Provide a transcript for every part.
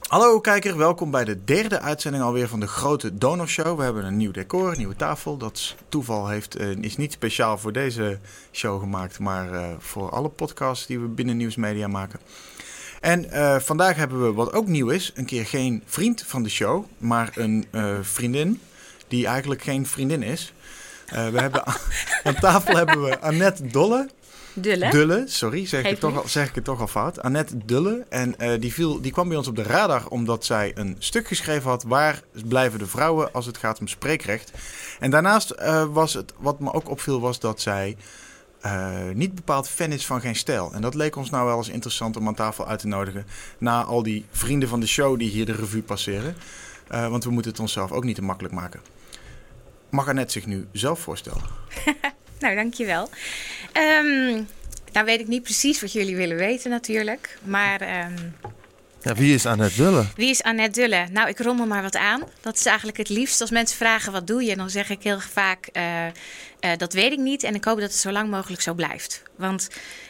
Hallo kijker, welkom bij de derde uitzending alweer van de grote Donorshow. We hebben een nieuw decor, een nieuwe tafel. Dat toeval is niet speciaal voor deze show gemaakt, maar voor alle podcasts die we binnen Nieuwsmedia maken. En vandaag hebben we, wat ook nieuw is, een keer geen vriend van de show, maar een vriendin die eigenlijk geen vriendin is. Aan tafel hebben we Annette Dulle, sorry, zeg ik het toch al fout. Annette Dulle. En die kwam bij ons op de radar omdat zij een stuk geschreven had. Waar blijven de vrouwen als het gaat om spreekrecht? En daarnaast wat me ook opviel was dat zij niet bepaald fan is van Geen Stijl. En dat leek ons nou wel eens interessant om aan tafel uit te nodigen. Na al die vrienden van de show die hier de revue passeren. Want we moeten het onszelf ook niet te makkelijk maken. Mag Annette zich nu zelf voorstellen? Nou, dankjewel. Nou weet ik niet precies wat jullie willen weten natuurlijk. Maar wie is Annette Dulle? Wie is Annette Dulle? Nou, ik rommel maar wat aan. Dat is eigenlijk het liefst. Als mensen vragen wat doe je, dan zeg ik heel vaak dat weet ik niet. En ik hoop dat het zo lang mogelijk zo blijft. Want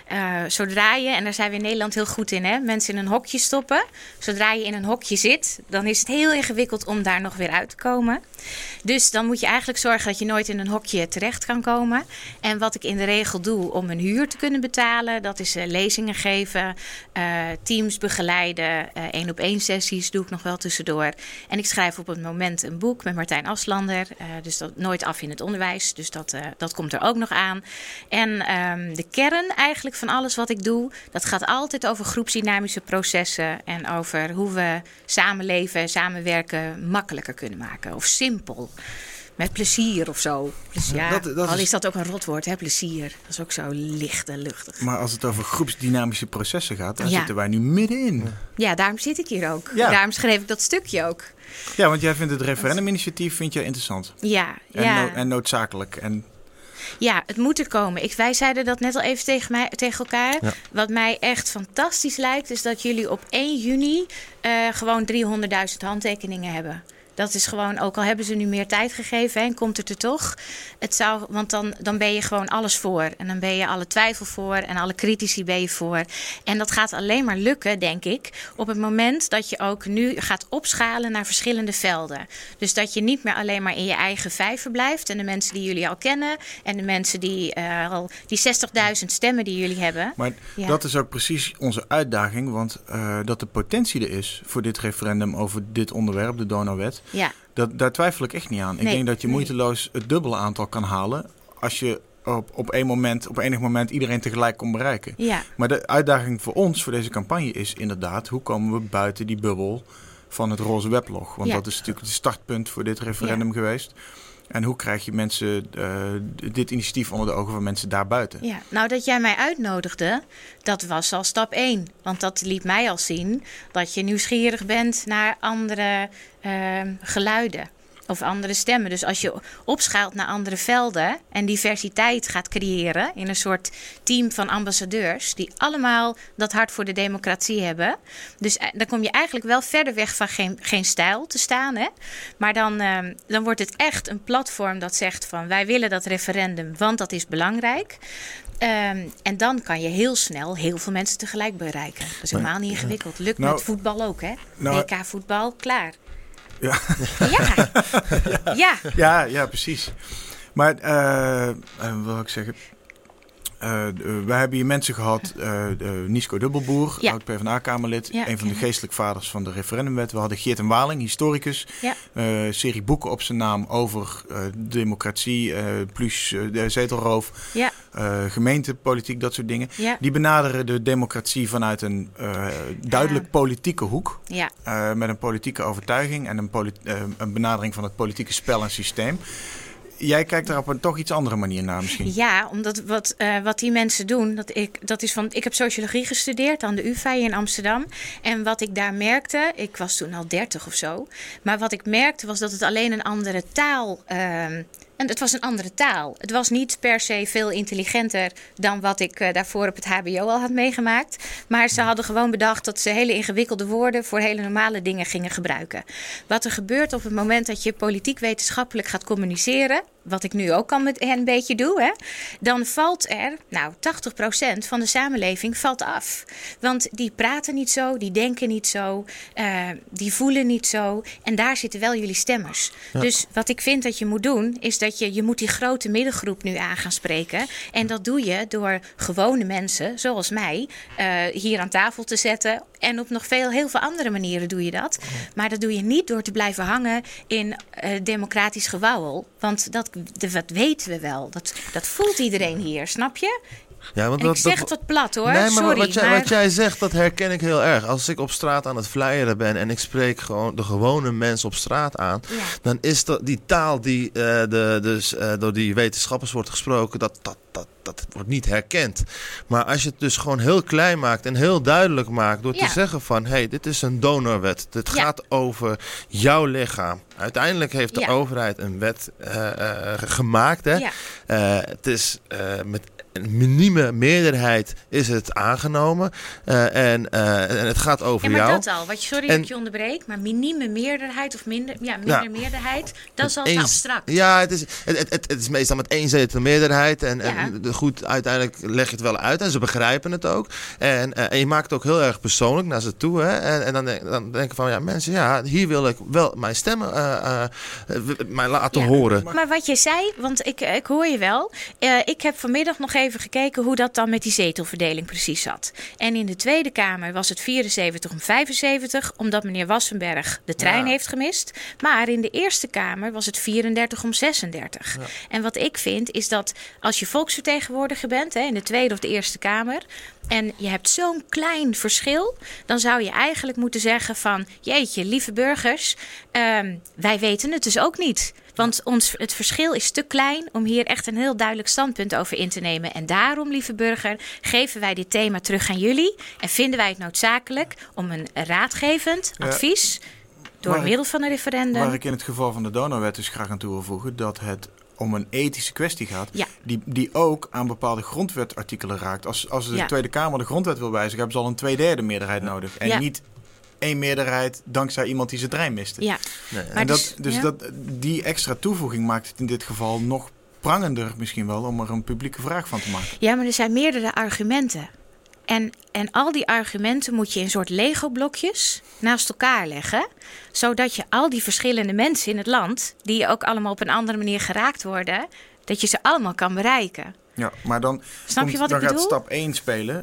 zodra je, en daar zijn we in Nederland heel goed in, hè, mensen in een hokje stoppen. Zodra je in een hokje zit, dan is het heel ingewikkeld om daar nog weer uit te komen. Dus dan moet je eigenlijk zorgen dat je nooit in een hokje terecht kan komen. En wat ik in de regel doe om een huur te kunnen betalen, dat is lezingen geven, teams begeleiden, 1-op-1 sessies doe ik nog wel tussendoor. En ik schrijf op het moment een boek met Martijn Aslander. Dus dat nooit af in het onderwijs. Dus dat komt er ook nog aan. En de kern eigenlijk van alles wat ik doe, dat gaat altijd over groepsdynamische processen en over hoe we samenleven en samenwerken makkelijker kunnen maken. Of simpel. Met plezier of zo. Dus ja, al is dat ook een rotwoord, hè, plezier. Dat is ook zo licht en luchtig. Maar als het over groepsdynamische processen gaat, dan zitten wij nu middenin. Ja, daarom zit ik hier ook. Ja. Daarom schreef ik dat stukje ook. Ja, want jij vindt het referenduminitiatief interessant. Ja. En noodzakelijk. En ja, het moet er komen. Wij zeiden dat net al even tegen elkaar. Ja. Wat mij echt fantastisch lijkt, is dat jullie op 1 juni gewoon 300.000 handtekeningen hebben. Dat is gewoon, ook al hebben ze nu meer tijd gegeven en komt het er toch. Want dan ben je gewoon alles voor. En dan ben je alle twijfel voor en alle critici ben je voor. En dat gaat alleen maar lukken, denk ik, op het moment dat je ook nu gaat opschalen naar verschillende velden. Dus dat je niet meer alleen maar in je eigen vijver blijft. En de mensen die jullie al kennen en de mensen die 60.000 stemmen die jullie hebben. Maar dat is ook precies onze uitdaging. Want dat de potentie er is voor dit referendum over dit onderwerp, de Donorwet. Ja. Daar twijfel ik echt niet aan. Ik denk dat je moeiteloos het dubbele aantal kan halen als je op enig moment iedereen tegelijk kon bereiken. Ja. Maar de uitdaging voor ons, voor deze campagne, is inderdaad, hoe komen we buiten die bubbel van het roze weblog? Want dat is natuurlijk het startpunt voor dit referendum geweest. En hoe krijg je mensen dit initiatief onder de ogen van mensen daarbuiten? Ja, nou dat jij mij uitnodigde, dat was al stap 1. Want dat liet mij al zien dat je nieuwsgierig bent naar andere geluiden. Of andere stemmen. Dus als je opschaalt naar andere velden en diversiteit gaat creëren in een soort team van ambassadeurs die allemaal dat hart voor de democratie hebben. Dus dan kom je eigenlijk wel verder weg van geen stijl te staan. Hè? Maar dan wordt het echt een platform dat zegt van wij willen dat referendum, want dat is belangrijk. En dan kan je heel snel heel veel mensen tegelijk bereiken. Dat is helemaal niet ingewikkeld. Lukt met voetbal ook, hè? WK voetbal, klaar. Ja, precies. Maar wat wil ik zeggen? We hebben hier mensen gehad, Niesco Dubbelboer, oud PvdA-kamerlid, een van de geestelijk vaders van de referendumwet. We hadden Geert en Waling, historicus, serie boeken op zijn naam over democratie, plus zetelroof, gemeentepolitiek, dat soort dingen. Ja. Die benaderen de democratie vanuit een duidelijk politieke hoek, met een politieke overtuiging en een benadering van het politieke spel en systeem. Jij kijkt daar op een toch iets andere manier naar misschien. Ja, omdat wat die mensen doen, ik heb sociologie gestudeerd aan de UvA in Amsterdam. En wat ik daar merkte, ik was toen al 30 of zo. Maar wat ik merkte was dat het alleen een andere taal. En het was een andere taal. Het was niet per se veel intelligenter dan wat ik daarvoor op het HBO al had meegemaakt. Maar ze hadden gewoon bedacht dat ze hele ingewikkelde woorden voor hele normale dingen gingen gebruiken. Wat er gebeurt op het moment dat je politiek wetenschappelijk gaat communiceren, wat ik nu ook al met een beetje doe, hè, dan valt er, 80% van de samenleving valt af. Want die praten niet zo, die denken niet zo, die voelen niet zo. En daar zitten wel jullie stemmers. Ja. Dus wat ik vind dat je moet doen, is dat je moet die grote middengroep nu aan gaan spreken. En dat doe je door gewone mensen, zoals mij, hier aan tafel te zetten. En op nog heel veel andere manieren doe je dat. Maar dat doe je niet door te blijven hangen in democratisch gewauwel. Want dat weten we wel. Dat voelt iedereen hier, snap je? Ja, want ik zeg het wat plat hoor, nee, maar sorry. Wat jij zegt, dat herken ik heel erg. Als ik op straat aan het flyeren ben en ik spreek gewoon de gewone mensen op straat aan, dan is dat die taal die door die wetenschappers wordt gesproken, dat wordt niet herkend. Maar als je het dus gewoon heel klein maakt en heel duidelijk maakt door te zeggen van, hey, dit is een donorwet. Dit gaat over jouw lichaam. Uiteindelijk heeft de overheid een wet gemaakt. Hè? Ja. Het is met een minieme meerderheid is het aangenomen. En het gaat over jou. Ja, maar dat al. Sorry dat ik je onderbreek. Maar minieme meerderheid of minder meerderheid, dat is al te abstract. Ja, het is meestal met 1 zetel meerderheid. En goed, uiteindelijk leg je het wel uit. En ze begrijpen het ook. En je maakt het ook heel erg persoonlijk naar ze toe. Hè? En dan denk ik van, mensen, hier wil ik wel mijn stemmen mij laten horen. Maar wat je zei, want ik hoor je wel. Ik heb vanmiddag nog even gekeken hoe dat dan met die zetelverdeling precies zat. En in de Tweede Kamer was het 74 om 75, omdat meneer Wassenberg de trein heeft gemist. Maar in de Eerste Kamer was het 34 om 36. Ja. En wat ik vind is dat als je volksvertegenwoordiger bent, in de Tweede of de Eerste Kamer, en je hebt zo'n klein verschil, dan zou je eigenlijk moeten zeggen van, jeetje, lieve burgers, wij weten het dus ook niet. Want het verschil is te klein om hier echt een heel duidelijk standpunt over in te nemen. En daarom, lieve burger, geven wij dit thema terug aan jullie. En vinden wij het noodzakelijk om een raadgevend advies door middel van een referendum. Waar ik in het geval van de donorwet dus graag aan toe wil voegen, dat het om een ethische kwestie gaat, die ook aan bepaalde grondwetartikelen raakt. Als de Tweede Kamer de grondwet wil wijzigen, hebben ze al een 2/3 meerderheid nodig. En niet 1 meerderheid dankzij iemand die zijn trein miste. Ja. Nee. En die extra toevoeging maakt het in dit geval nog prangender misschien wel om er een publieke vraag van te maken. Ja, maar er zijn meerdere argumenten. En al die argumenten moet je in soort Lego-blokjes naast elkaar leggen, zodat je al die verschillende mensen in het land, die ook allemaal op een andere manier geraakt worden, dat je ze allemaal kan bereiken. Ja, maar dan gaat stap 1 spelen.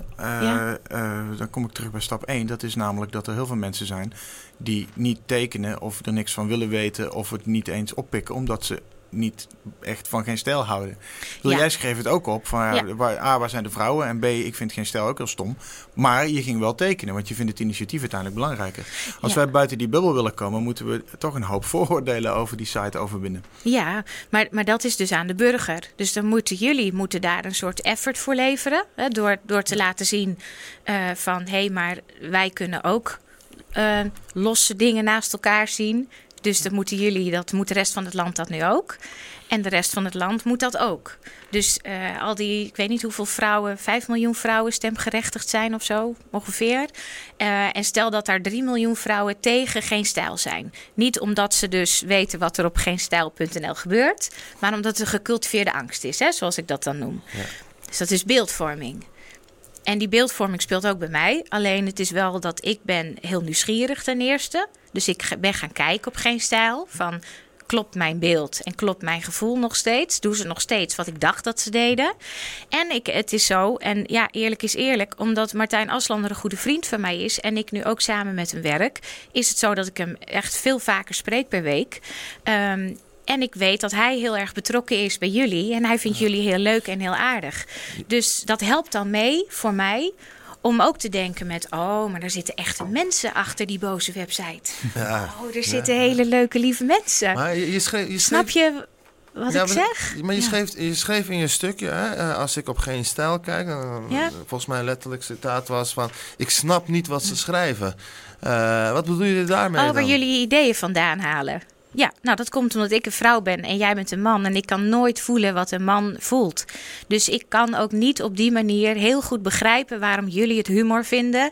Dan kom ik terug bij stap 1. Dat is namelijk dat er heel veel mensen zijn die niet tekenen of er niks van willen weten of het niet eens oppikken, omdat ze niet echt van geen stijl houden. Jij schreef het ook op van waar zijn de vrouwen en B, ik vind geen stijl ook heel stom. Maar je ging wel tekenen, want je vindt het initiatief uiteindelijk belangrijker. Als wij buiten die bubbel willen komen, moeten we toch een hoop vooroordelen over die site overwinnen. Ja, maar dat is dus aan de burger. Dus dan jullie daar een soort effort voor leveren, door te laten zien van maar wij kunnen ook losse dingen naast elkaar zien. Dus dat moet de rest van het land dat nu ook. En de rest van het land moet dat ook. Dus al die, ik weet niet hoeveel vrouwen, 5 miljoen vrouwen stemgerechtigd zijn of zo, ongeveer. En stel dat daar 3 miljoen vrouwen tegen Geen Stijl zijn. Niet omdat ze dus weten wat er op geenstijl.nl gebeurt, maar omdat het een gecultiveerde angst is, zoals ik dat dan noem. Ja. Dus dat is beeldvorming. En die beeldvorming speelt ook bij mij. Alleen het is wel dat ik ben heel nieuwsgierig ten eerste. Dus ik ben gaan kijken op Geen Stijl. Van, klopt mijn beeld en klopt mijn gevoel nog steeds? Doen ze nog steeds wat ik dacht dat ze deden? En het is zo, en ja, eerlijk is eerlijk, omdat Martijn Aslander een goede vriend van mij is en ik nu ook samen met hem werk, is het zo dat ik hem echt veel vaker spreek per week. En ik weet dat hij heel erg betrokken is bij jullie. En hij vindt jullie heel leuk en heel aardig. Dus dat helpt dan mee voor mij om ook te denken met, maar daar zitten echte mensen achter die boze website. Ja. Er zitten hele leuke, lieve mensen. Maar je schreef, snap je wat ik zeg? Maar je schreef in je stukje, als ik op Geen Stijl kijk, volgens mij letterlijk citaat was van, ik snap niet wat ze schrijven. Wat bedoel je daarmee waar jullie ideeën vandaan halen. Ja, nou dat komt omdat ik een vrouw ben en jij bent een man. En ik kan nooit voelen wat een man voelt. Dus ik kan ook niet op die manier heel goed begrijpen waarom jullie het humor vinden.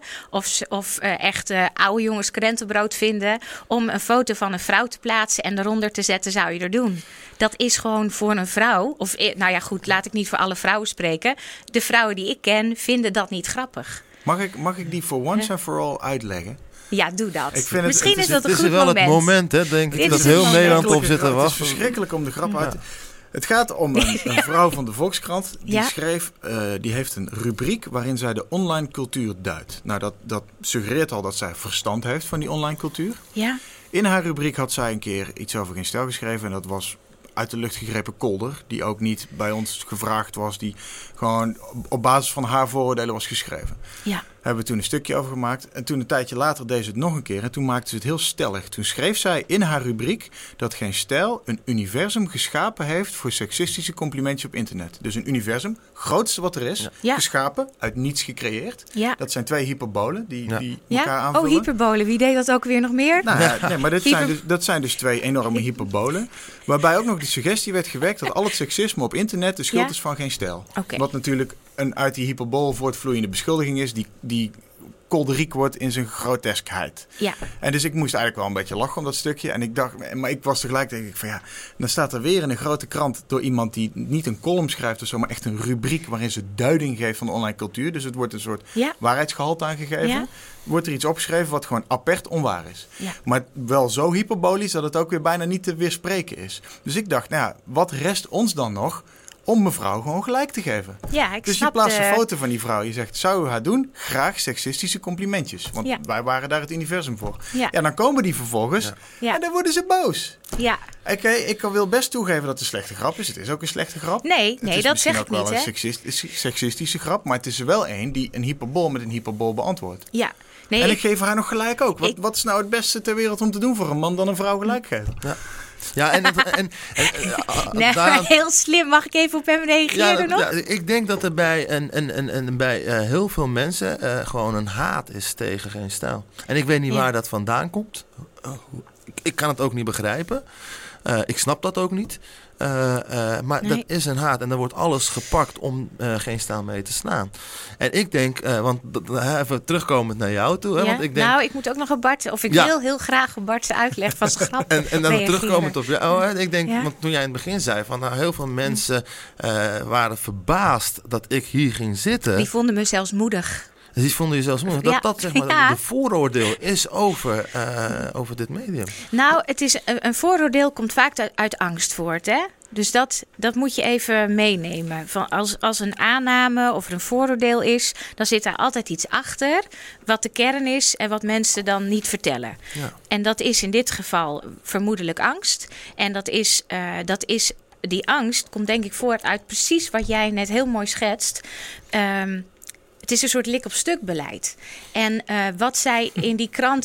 Of echt oude jongens krentenbrood vinden. Om een foto van een vrouw te plaatsen en eronder te zetten, zou je er doen. Dat is gewoon voor een vrouw. Of nou ja goed, laat ik niet voor alle vrouwen spreken. De vrouwen die ik ken vinden dat niet grappig. Mag ik die for once and for all uitleggen? Ja, doe dat. Misschien is dat een goed moment. Het is wel het moment, hè, denk ik, dat heel Nederland op zit te wachten. Het is verschrikkelijk om de grap uit te... Het gaat om een vrouw van de Volkskrant. Die schreef, die heeft een rubriek waarin zij de online cultuur duidt. Nou, dat suggereert al dat zij verstand heeft van die online cultuur. Ja. In haar rubriek had zij een keer iets over Geen Stijl geschreven. En dat was uit de lucht gegrepen kolder. Die ook niet bij ons gevraagd was. Die gewoon op basis van haar vooroordelen was geschreven. Ja. Hebben we toen een stukje over gemaakt. En toen een tijdje later deed ze het nog een keer. En toen maakte ze het heel stellig. Toen schreef zij in haar rubriek dat Geen Stijl een universum geschapen heeft voor seksistische complimentjes op internet. Dus een universum, grootste wat er is, geschapen, uit niets gecreëerd. Ja. Dat zijn 2 hyperbolen die elkaar aanvullen. Oh, hyperbolen. Wie deed dat ook weer nog meer? Nou, nee, maar dat zijn dus 2 enorme hyperbolen. Waarbij ook nog de suggestie werd gewekt dat al het seksisme op internet de schuld is van Geen Stijl. Okay. Wat natuurlijk een uit die hyperbol voortvloeiende beschuldiging is die kolderiek wordt in zijn groteskheid. Ja. En dus ik moest eigenlijk wel een beetje lachen om dat stukje. En ik dacht, maar ik was tegelijk denk ik van ja, dan staat er weer in een grote krant door iemand die niet een column schrijft of zo, maar echt een rubriek waarin ze duiding geeft van de online cultuur. Dus het wordt een soort waarheidsgehalte aangegeven. Ja. Wordt er iets opgeschreven wat gewoon apert onwaar is. Ja. Maar wel zo hyperbolisch dat het ook weer bijna niet te weerspreken is. Dus ik dacht, nou ja, wat rest ons dan nog om mevrouw gewoon gelijk te geven? Ja, dus je plaatst een foto van die vrouw. Je zegt, zou u haar doen? Graag seksistische complimentjes. Want wij waren daar het universum voor. Ja, dan komen die vervolgens en dan worden ze boos. Ja. Oké, ik wil best toegeven dat het een slechte grap is. Het is ook een slechte grap. Nee, dat zeg ik niet. Het is misschien ook wel een seksistische grap. Maar het is er wel een die een hyperbol met een hyperbol beantwoordt. Ja. Nee, en ik geef haar nog gelijk ook. Wat is nou het beste ter wereld om te doen voor een man dan een vrouw gelijk geven? Ja. Ja, heel slim. Mag ik even op hem reageren nog? Ja, ik denk dat er bij heel veel mensen gewoon een haat is tegen Geen Stijl. En ik weet niet waar dat vandaan komt. Ik kan het ook niet begrijpen. Ik snap dat ook niet. Maar dat is een haat. En er wordt alles gepakt om Geen Stijl mee te slaan. En ik denk, want even terugkomend naar jou toe. Hè, want ik denk, ik moet ook nog op Bart. Of ik wil heel graag op Bart's uitleg van zijn grap en dan terugkomend op jou. Ik denk, want toen jij in het begin zei van heel veel mensen waren verbaasd dat ik hier ging zitten. Die vonden me zelfs moedig. Die vonden je zelfs moeilijk. Dat zeg maar de vooroordeel is over dit medium. Nou, het is een vooroordeel komt vaak uit angst voort, hè? Dus dat moet je even meenemen. Als een aanname of er een vooroordeel is, dan zit daar altijd iets achter wat de kern is en wat mensen dan niet vertellen. Ja. En dat is in dit geval vermoedelijk angst. En dat is die angst komt denk ik voort uit precies wat jij net heel mooi schetst. Het is een soort lik-op-stuk beleid. En wat zij in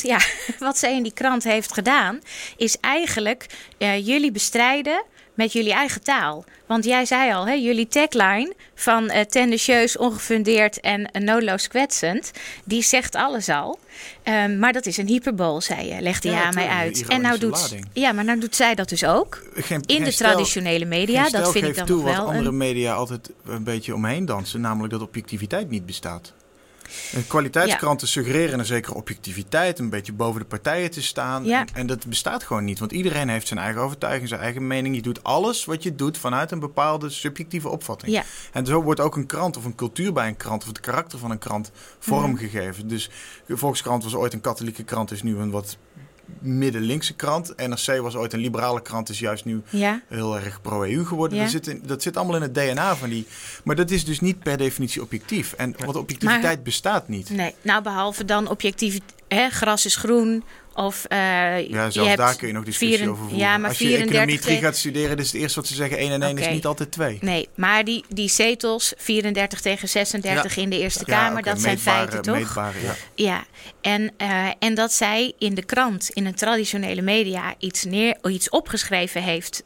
die krant heeft gedaan, is eigenlijk jullie bestrijden met jullie eigen taal. Want jij zei al, jullie tagline van tendentieus, ongefundeerd en noodloos kwetsend, die zegt alles al. Maar dat is een hyperbol, zei je, legde je aan mij uit. En nou doet zij dat dus ook. In de traditionele media, dat vind ik dan nog wel. Wat andere media altijd een beetje omheen dansen, namelijk dat objectiviteit niet bestaat. En kwaliteitskranten suggereren een zekere objectiviteit, een beetje boven de partijen te staan. Ja. En dat bestaat gewoon niet, want iedereen heeft zijn eigen overtuiging, zijn eigen mening. Je doet alles wat je doet vanuit een bepaalde subjectieve opvatting. Ja. En zo wordt ook een krant of een cultuur bij een krant of het karakter van een krant vormgegeven. Dus de Volkskrant was ooit een katholieke krant, is nu een wat midden-linkse krant. NRC was ooit een liberale krant, is juist nu heel erg pro-EU geworden. Ja. Dat zit allemaal in het DNA van die. Maar dat is dus niet per definitie objectief. En want objectiviteit bestaat niet. Nee, nou behalve dan objectiviteit. Gras is groen. Of, zelfs daar kun je nog discussie over voeren. Ja, maar als je econometrie gaat studeren, dus het eerste wat ze zeggen, 1 en 1 is niet altijd 2. Nee, maar die zetels, 34 tegen 36 in de Eerste Kamer, dat zijn feiten, toch? Meetbare, ja. En dat zij in de krant, in een traditionele media, iets opgeschreven heeft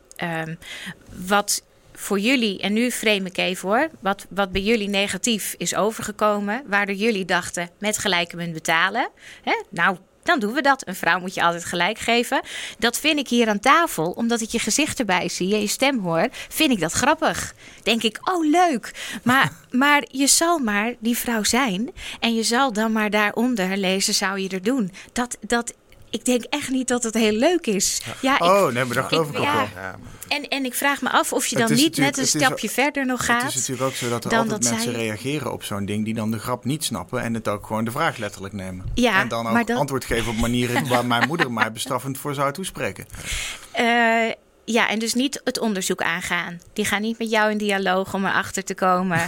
wat voor jullie, en nu frame ik even hoor, wat bij jullie negatief is overgekomen, waardoor jullie dachten met gelijke munt betalen. Nou, dan doen we dat. Een vrouw moet je altijd gelijk geven. Dat vind ik hier aan tafel, omdat ik je gezicht erbij zie en je stem hoor, vind ik dat grappig. Denk ik, oh leuk. Maar je zal maar die vrouw zijn en je zal dan maar daaronder lezen, zou je er doen. Ik denk echt niet dat het heel leuk is. Ja, nee, maar dat geloof ik ook wel. Ja. En ik vraag me af of je dan niet net een stapje verder nog gaat. Het is natuurlijk ook zo dat er altijd mensen reageren op zo'n ding die dan de grap niet snappen en het ook gewoon de vraag letterlijk nemen. Ja, en dan ook antwoord geven op manieren waar mijn moeder mij bestraffend voor zou toespreken. Ja, en dus niet het onderzoek aangaan. Die gaan niet met jou in dialoog om erachter te komen.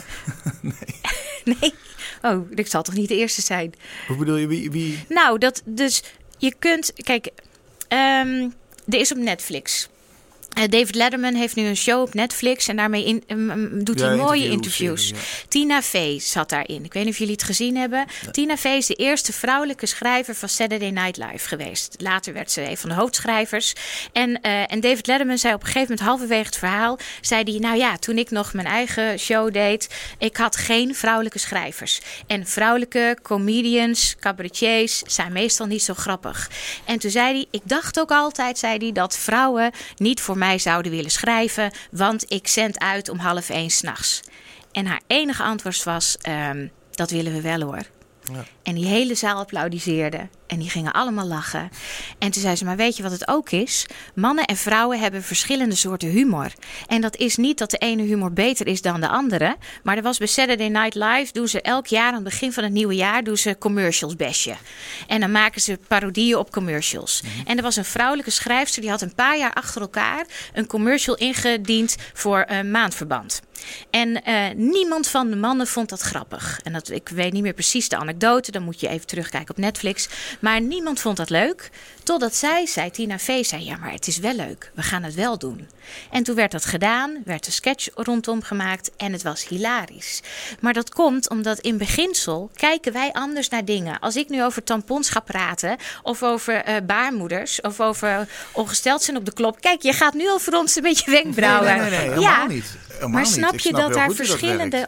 Nee. Oh, ik zal toch niet de eerste zijn. Hoe bedoel je, wie? Nou, dat dus... Je kunt, kijk, er is op Netflix. David Letterman heeft nu een show op Netflix en daarmee doet hij mooie interviews. Ja. Tina Fey zat daarin. Ik weet niet of jullie het gezien hebben. Ja. Tina Fey is de eerste vrouwelijke schrijver van Saturday Night Live geweest. Later werd ze een van de hoofdschrijvers. En David Letterman zei op een gegeven moment halverwege het verhaal, zei hij, nou ja, toen ik nog mijn eigen show deed, ik had geen vrouwelijke schrijvers. En vrouwelijke comedians, cabaretiers zijn meestal niet zo grappig. En toen zei hij, ik dacht ook altijd, zei hij, dat vrouwen niet voor mij zouden willen schrijven, want ik zend uit om 12:30 's nachts. En haar enige antwoord was, dat willen we wel hoor. Ja. En die hele zaal applaudisseerde. En die gingen allemaal lachen. En toen zei ze, maar weet je wat het ook is? Mannen en vrouwen hebben verschillende soorten humor. En dat is niet dat de ene humor beter is dan de andere. Maar er was bij Saturday Night Live, doen ze elk jaar aan het begin van het nieuwe jaar, doen ze commercials bestje. En dan maken ze parodieën op commercials. Mm-hmm. En er was een vrouwelijke schrijfster, die had een paar jaar achter elkaar een commercial ingediend voor Maandverband. En niemand van de mannen vond dat grappig. En ik weet niet meer precies de anekdote. Dan moet je even terugkijken op Netflix. Maar niemand vond dat leuk. Totdat Tina Fey zei, ja, maar het is wel leuk. We gaan het wel doen. En toen werd dat gedaan. Werd een sketch rondom gemaakt. En het was hilarisch. Maar dat komt omdat in beginsel kijken wij anders naar dingen. Als ik nu over tampons ga praten. Of over baarmoeders. Of over ongesteld zijn op de klop. Kijk, je gaat nu al fronsen met je wenkbrauwen. Nee, helemaal niet. Maar snap je dat daar verschillende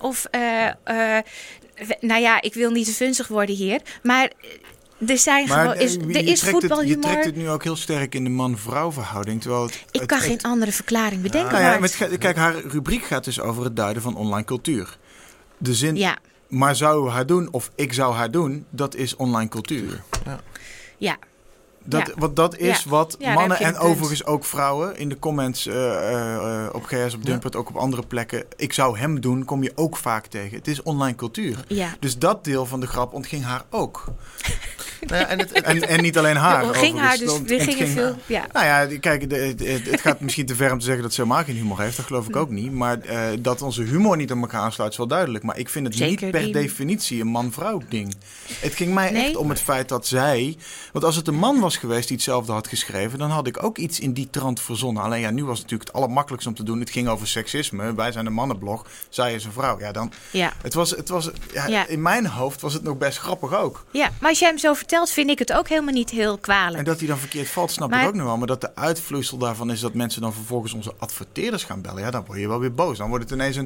nou ja, ik wil niet te vunzig worden hier, maar er zijn gewoon er is voetbalhumor. Je trekt het nu ook heel sterk in de man-vrouw verhouding, terwijl ik kan geen andere verklaring bedenken. Kijk, haar rubriek gaat dus over het duiden van online cultuur. De zin, maar zou haar doen of ik zou haar doen, dat is online cultuur. Ja. Want dat is wat mannen en overigens ook vrouwen in de comments op GS, op Dumpert, ook op andere plekken. Ik zou hem doen, kom je ook vaak tegen. Het is online cultuur. Ja. Dus dat deel van de grap ontging haar ook. Nou ja, en niet alleen haar. Ontging haar, dus er gingen veel... Ja. Nou ja, kijk, het gaat misschien te ver om te zeggen dat ze helemaal geen humor heeft. Dat geloof ik ook niet. Maar dat onze humor niet aan elkaar aansluit is wel duidelijk. Maar ik vind het zeker niet per definitie een man-vrouw ding. Het ging mij echt om het feit dat zij... Want als het een man was geweest die hetzelfde had geschreven, dan had ik ook iets in die trant verzonnen. Alleen ja, nu was het natuurlijk het allermakkelijkste om te doen. Het ging over seksisme. Wij zijn een mannenblog. Zij is een vrouw. Ja, dan... Ja. Het was in mijn hoofd was het nog best grappig ook. Ja, maar als jij hem zo vertelt, vind ik het ook helemaal niet heel kwalijk. En dat hij dan verkeerd valt, snap ik ook nog wel. Maar dat de uitvloeisel daarvan is dat mensen dan vervolgens onze adverteerders gaan bellen. Ja, dan word je wel weer boos. Dan wordt het ineens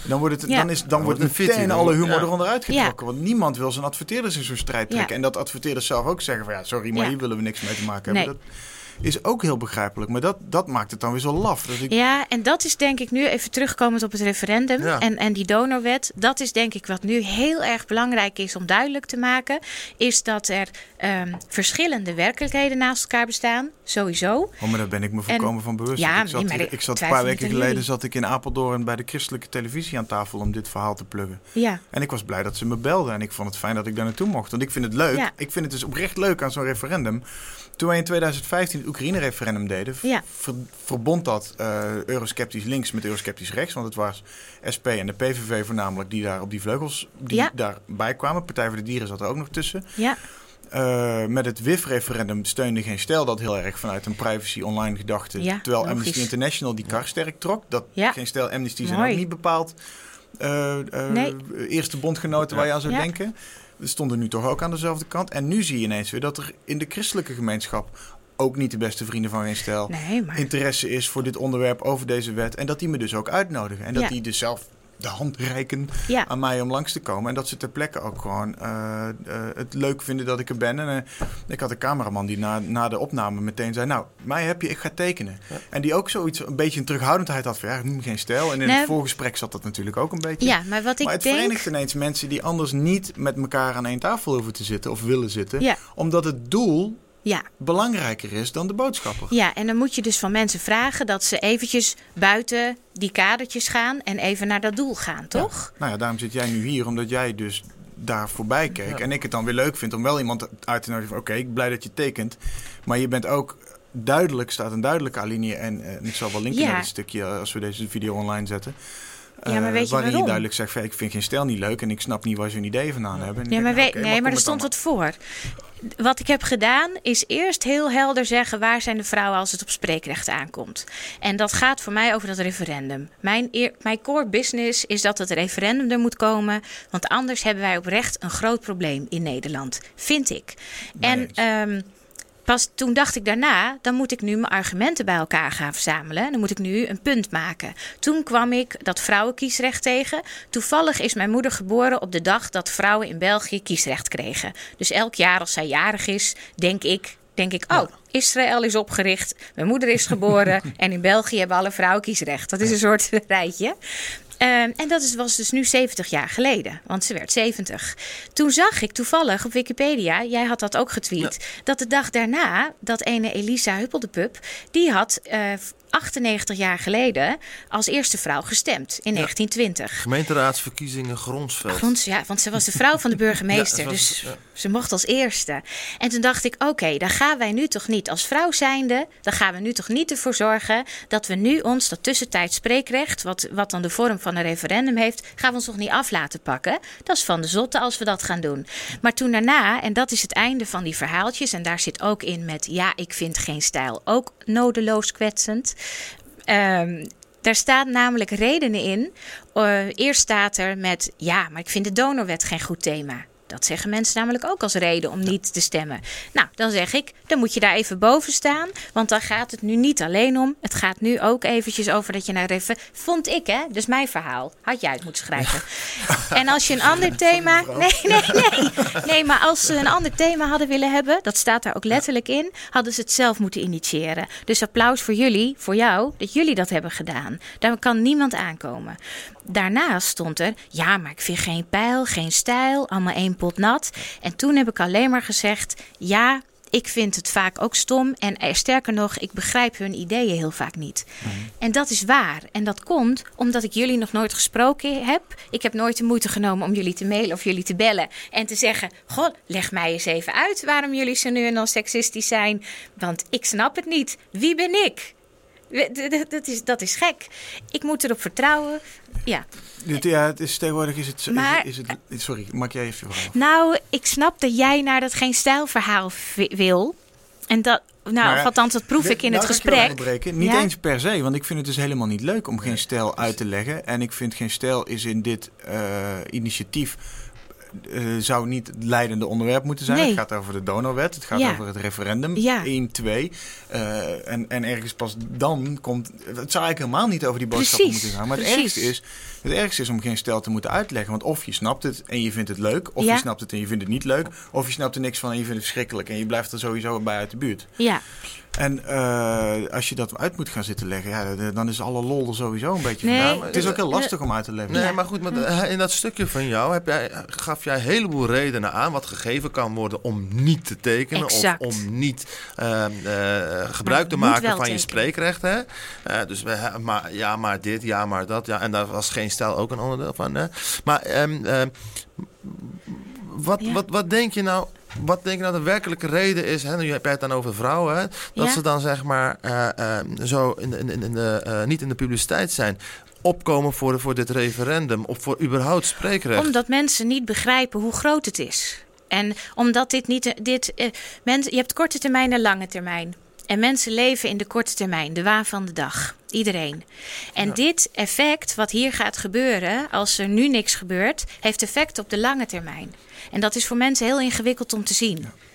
dan wordt meteen alle humor eronder uitgetrokken. Want niemand wil zijn adverteerders in zo'n strijd trekken. Ja. En dat adverteerders zelf ook zeggen van sorry, maar hier willen we niks mee te maken hebben. Dat is ook heel begrijpelijk. Maar dat maakt het dan weer zo laf. Ja, en dat is denk ik nu, even terugkomend op het referendum en die donorwet. Dat is denk ik wat nu heel erg belangrijk is om duidelijk te maken. Is dat er verschillende werkelijkheden naast elkaar bestaan. Sowieso. Maar daar ben ik me volkomen van bewust. Ja, ik zat een paar weken geleden zat ik in Apeldoorn bij de christelijke televisie aan tafel om dit verhaal te pluggen. Ja. En ik was blij dat ze me belden. En ik vond het fijn dat ik daar naartoe mocht. Want ik vind het leuk. Ja. Ik vind het dus oprecht leuk aan zo'n referendum. Toen wij in 2015 het Oekraïne-referendum deden, verbond dat eurosceptisch links met eurosceptisch rechts. Want het was SP en de PVV voornamelijk die daar op die vleugels daarbij kwamen. Partij voor de Dieren zat er ook nog tussen. Ja. Met het WIF-referendum steunde Geen Stijl dat heel erg vanuit een privacy-online gedachte. Ja, terwijl logisch. Amnesty International die kar sterk trok. Dat Geen Stijl, Amnesty zijn ook niet bepaald eerste bondgenoten waar je aan zou denken. We stonden nu toch ook aan dezelfde kant. En nu zie je ineens weer dat er in de christelijke gemeenschap ook niet de beste vrienden van Geen Stijl interesse is voor dit onderwerp over deze wet. En dat die me dus ook uitnodigen. En dat die dus zelf de hand reiken Ja. aan mij om langs te komen. En dat ze ter plekke ook gewoon het leuk vinden dat ik er ben. En ik had een cameraman die na de opname meteen zei... nou, mij heb je, ik ga tekenen. Ja. En die ook zoiets, een beetje een terughoudendheid had van... ja, geen stijl. En in het voorgesprek zat dat natuurlijk ook een beetje. Ja, maar wat ik het denk... verenigt ineens mensen die anders niet met elkaar aan één tafel hoeven te zitten... of willen zitten. Ja. Omdat het doel... belangrijker is dan de boodschapper. Ja, en dan moet je dus van mensen vragen dat ze eventjes buiten die kadertjes gaan en even naar dat doel gaan, toch? Ja. Nou ja, daarom zit jij nu hier, omdat jij dus daar voorbij keek. Ja. En ik het dan weer leuk vind om wel iemand uit te nodigen van... oké, ik ben blij dat je tekent, maar je bent ook staat een duidelijke alinea en ik zal wel linken naar dit stukje als we deze video online zetten. Ja, maar weet je waarin waarom? je duidelijk zegt van, ik vind geen stijl niet leuk en ik snap niet waar ze een idee vandaan hebben. Ja, maar maar er stond wat voor. Wat ik heb gedaan is eerst heel helder zeggen... waar zijn de vrouwen als het op spreekrecht aankomt. En dat gaat voor mij over dat referendum. Mijn core business is dat het referendum er moet komen... want anders hebben wij oprecht een groot probleem in Nederland. Vind ik. En... pas toen dacht ik daarna, dan moet ik nu mijn argumenten bij elkaar gaan verzamelen. Dan moet ik nu een punt maken. Toen kwam ik dat vrouwenkiesrecht tegen. Toevallig is mijn moeder geboren op de dag dat vrouwen in België kiesrecht kregen. Dus elk jaar als zij jarig is, denk ik, Israël is opgericht. Mijn moeder is geboren en in België hebben alle vrouwen kiesrecht. Dat is een soort rijtje. En dat was dus nu 70 jaar geleden, want ze werd 70. Toen zag ik toevallig op Wikipedia, jij had dat ook getweet... dat de dag daarna, dat ene Elisa Huppeldepup... die had 98 jaar geleden als eerste vrouw gestemd in 1920. Gemeenteraadsverkiezingen Gronsveld. Ja, want ze was de vrouw van de burgemeester, ze mocht als eerste. En toen dacht ik, oké, dan gaan wij nu toch niet als vrouw zijnde... dan gaan we nu toch niet ervoor zorgen dat we nu ons dat tussentijds spreekrecht... wat dan de vorm van een referendum heeft, gaan we ons nog niet af laten pakken. Dat is van de zotte als we dat gaan doen. Maar toen daarna, en dat is het einde van die verhaaltjes... en daar zit ook in met, ik vind geen stijl ook nodeloos kwetsend... Daar staan namelijk redenen in. Eerst staat er met, maar ik vind de donorwet geen goed thema. Dat zeggen mensen namelijk ook als reden om niet te stemmen. Nou, dan zeg ik, dan moet je daar even boven staan. Want dan gaat het nu niet alleen om. Het gaat nu ook eventjes over dat je naar vond ik, hè? Dus mijn verhaal. Had jij het moeten schrijven. Ja. En als je een ander thema... Nee, maar als ze een ander thema hadden willen hebben... dat staat daar ook letterlijk in... hadden ze het zelf moeten initiëren. Dus applaus voor jullie, voor jou... dat jullie dat hebben gedaan. Daar kan niemand aankomen. Daarnaast stond er... maar ik vind geen pijl, geen stijl... allemaal één pot nat. En toen heb ik alleen maar gezegd... ik vind het vaak ook stom. En sterker nog, ik begrijp hun ideeën heel vaak niet. En dat is waar. En dat komt omdat ik jullie nog nooit gesproken heb. Ik heb nooit de moeite genomen om jullie te mailen of jullie te bellen. En te zeggen, goh, leg mij eens even uit... waarom jullie zo nu en dan seksistisch zijn. Want ik snap het niet. Wie ben ik? Dat is gek. Ik moet erop vertrouwen. Ja. Het is tegenwoordig is het. Sorry, maak jij even je verhaal. Nou, ik snap dat jij naar dat geen stijlverhaal wil. En dat, althans, dat proef ik in het gesprek. Niet eens per se, want ik vind het dus helemaal niet leuk om geen stijl uit te leggen. En ik vind geen stijl is in dit initiatief. Zou niet het leidende onderwerp moeten zijn. Nee. Het gaat over de donorwet. Het gaat over het referendum. 1, 2. En ergens pas dan komt... Het zou eigenlijk helemaal niet over die boodschappen moeten gaan. Maar het ergste is om geen stijl te moeten uitleggen. Want of je snapt het en je vindt het leuk. Of je snapt het en je vindt het niet leuk. Of je snapt er niks van en je vindt het verschrikkelijk. En je blijft er sowieso bij uit de buurt. Ja. En als je dat uit moet gaan zitten leggen, dan is alle lol er sowieso een beetje vandaan. Het is ook heel lastig om uit te leggen. Nee, maar goed, in dat stukje van jou gaf jij een heleboel redenen aan wat gegeven kan worden om niet te tekenen. Exact. Of om niet gebruik te maken van je spreekrecht. Hè? Dus maar dit, maar dat. Ja, en daar was geen stijl ook een onderdeel van. Maar wat denk je nou... Wat denk je nou de werkelijke reden is? Hè? Nu heb jij het dan over vrouwen. Hè? Dat ze dan zeg maar zo niet in de publiciteit zijn. Opkomen voor dit referendum. Of voor überhaupt spreekrecht. Omdat mensen niet begrijpen hoe groot het is. En omdat dit niet... je hebt korte termijn en lange termijn. En mensen leven in de korte termijn. De waan van de dag. Iedereen. En dit effect wat hier gaat gebeuren... als er nu niks gebeurt... heeft effect op de lange termijn. En dat is voor mensen heel ingewikkeld om te zien.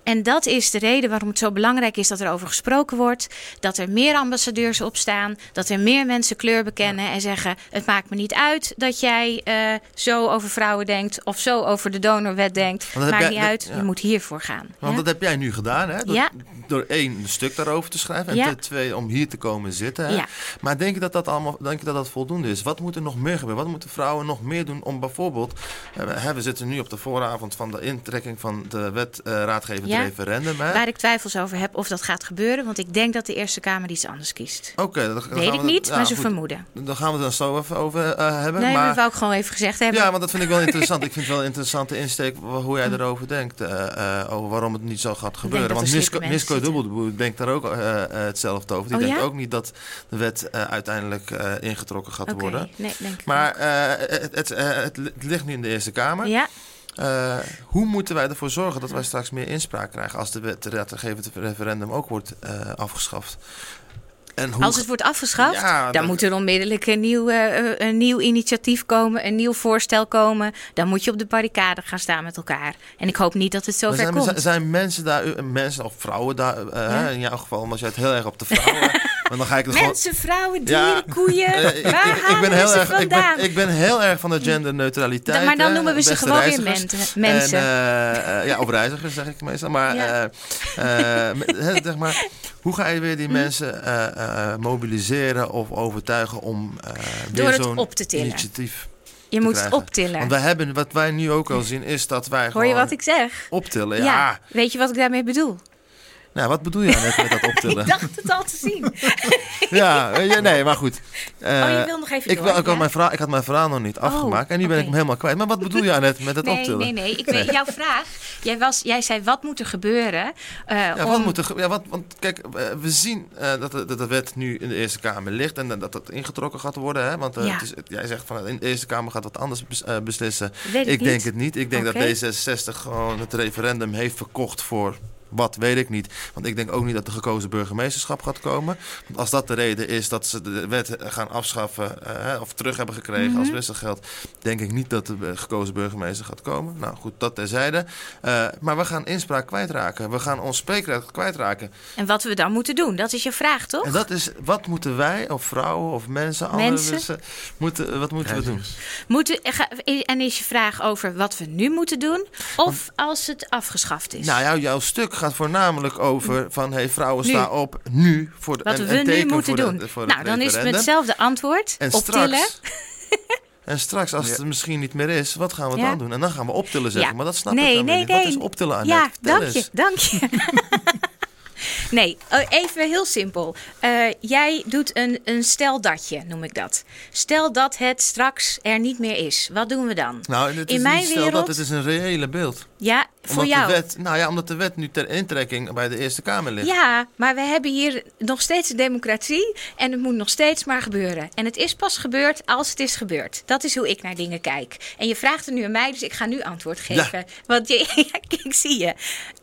En dat is de reden waarom het zo belangrijk is dat er over gesproken wordt. Dat er meer ambassadeurs opstaan. Dat er meer mensen kleur bekennen en zeggen... het maakt me niet uit dat jij zo over vrouwen denkt... of zo over de donorwet denkt. Maakt niet uit, je moet hiervoor gaan. Want dat heb jij nu gedaan, hè? Door 1 een stuk daarover te schrijven... en 2 om hier te komen zitten. Hè? Ja. Maar denk je dat voldoende is? Wat moet er nog meer gebeuren? Wat moeten vrouwen nog meer doen om bijvoorbeeld... we zitten nu op de vooravond van de intrekking van de wet raadgevend referendum. Hè? Waar ik twijfels over heb of dat gaat gebeuren... want ik denk dat de Eerste Kamer iets anders kiest. Oké, weet ik niet, maar ze vermoeden. Dan gaan we het dan zo even over hebben. Nee, dat wou ik gewoon even gezegd hebben. Ja, want dat vind ik wel interessant. Ik vind het wel een interessante insteek hoe jij erover denkt. Over waarom het niet zo gaat gebeuren. Want Nisko Dubbelboer denkt daar ook hetzelfde over. Die denkt ook niet dat de wet uiteindelijk ingetrokken gaat worden. Nee, denk ik maar het ligt nu in de Eerste Kamer. Ja. Hoe moeten wij ervoor zorgen dat wij straks meer inspraak krijgen als de wet raadgevend referendum ook wordt afgeschaft? Als het wordt afgeschaft, dan moet er onmiddellijk een nieuw initiatief komen, een nieuw voorstel komen. Dan moet je op de barricade gaan staan met elkaar. En ik hoop niet dat het zover komt. Zijn mensen daar, mensen of vrouwen daar, in jouw geval, omdat jij het heel erg op de vrouwen... Maar dan ga ik mensen, vrouwen, dieren, koeien, waar halen ze vandaan? Ik ben heel erg van de genderneutraliteit. Maar dan noemen we ze gewoon weer mensen. Of reizigers zeg ik meestal. Maar, zeg maar hoe ga je weer die mensen mobiliseren of overtuigen om weer zo'n op te tillen. Initiatief je moet het optillen. Want wat wij nu ook al zien is dat wij Hoor je wat ik zeg? Optillen, ja. Weet je wat ik daarmee bedoel? Nou, wat bedoel je net met dat optillen? Ik dacht het al te zien. Nee, maar goed. Je wil nog even ik had mijn verhaal nog niet afgemaakt en nu ben ik hem helemaal kwijt. Maar wat bedoel je net met het optillen? Nee. Ik weet jouw vraag. Jij zei, wat moet er gebeuren? Want kijk, we zien dat de wet nu in de Eerste Kamer ligt en dat het ingetrokken gaat worden. Hè? Want jij zegt van in de Eerste Kamer gaat wat anders beslissen. Ik denk het niet. Ik denk dat D66 gewoon het referendum heeft verkocht voor... Wat, weet ik niet. Want ik denk ook niet dat de gekozen burgemeesterschap gaat komen. Want als dat de reden is dat ze de wet gaan afschaffen... of terug hebben gekregen als wisselgeld... denk ik niet dat de gekozen burgemeester gaat komen. Nou goed, dat terzijde. Maar we gaan inspraak kwijtraken. We gaan ons spreekrecht kwijtraken. En wat we dan moeten doen, dat is je vraag, toch? En dat is, wat moeten wij, of vrouwen, of mensen... wat moeten we doen? En is je vraag over wat we nu moeten doen... of als het afgeschaft is? Nou ja, jouw stuk gaat voornamelijk over van... vrouwen, sta op nu. Voor wat we nu moeten doen. Dan is het met hetzelfde antwoord. En optillen. En straks, als het misschien niet meer is, wat gaan we dan doen? En dan gaan we optillen zeggen. Maar dat snap ik dan niet. Wat is optillen, Annette? Ja, dank je. Nee, even heel simpel. Jij doet een stel datje, noem ik dat. Stel dat het straks er niet meer is. Wat doen we dan? Nou, het is niet stel dat, het is een reële beeld. Ja, voor jou. Omdat de wet nu ter intrekking bij de Eerste Kamer ligt. Ja, maar we hebben hier nog steeds een democratie en het moet nog steeds maar gebeuren. En het is pas gebeurd als het is gebeurd. Dat is hoe ik naar dingen kijk. En je vraagt er nu aan mij, dus ik ga nu antwoord geven. Ja. Want ik zie je.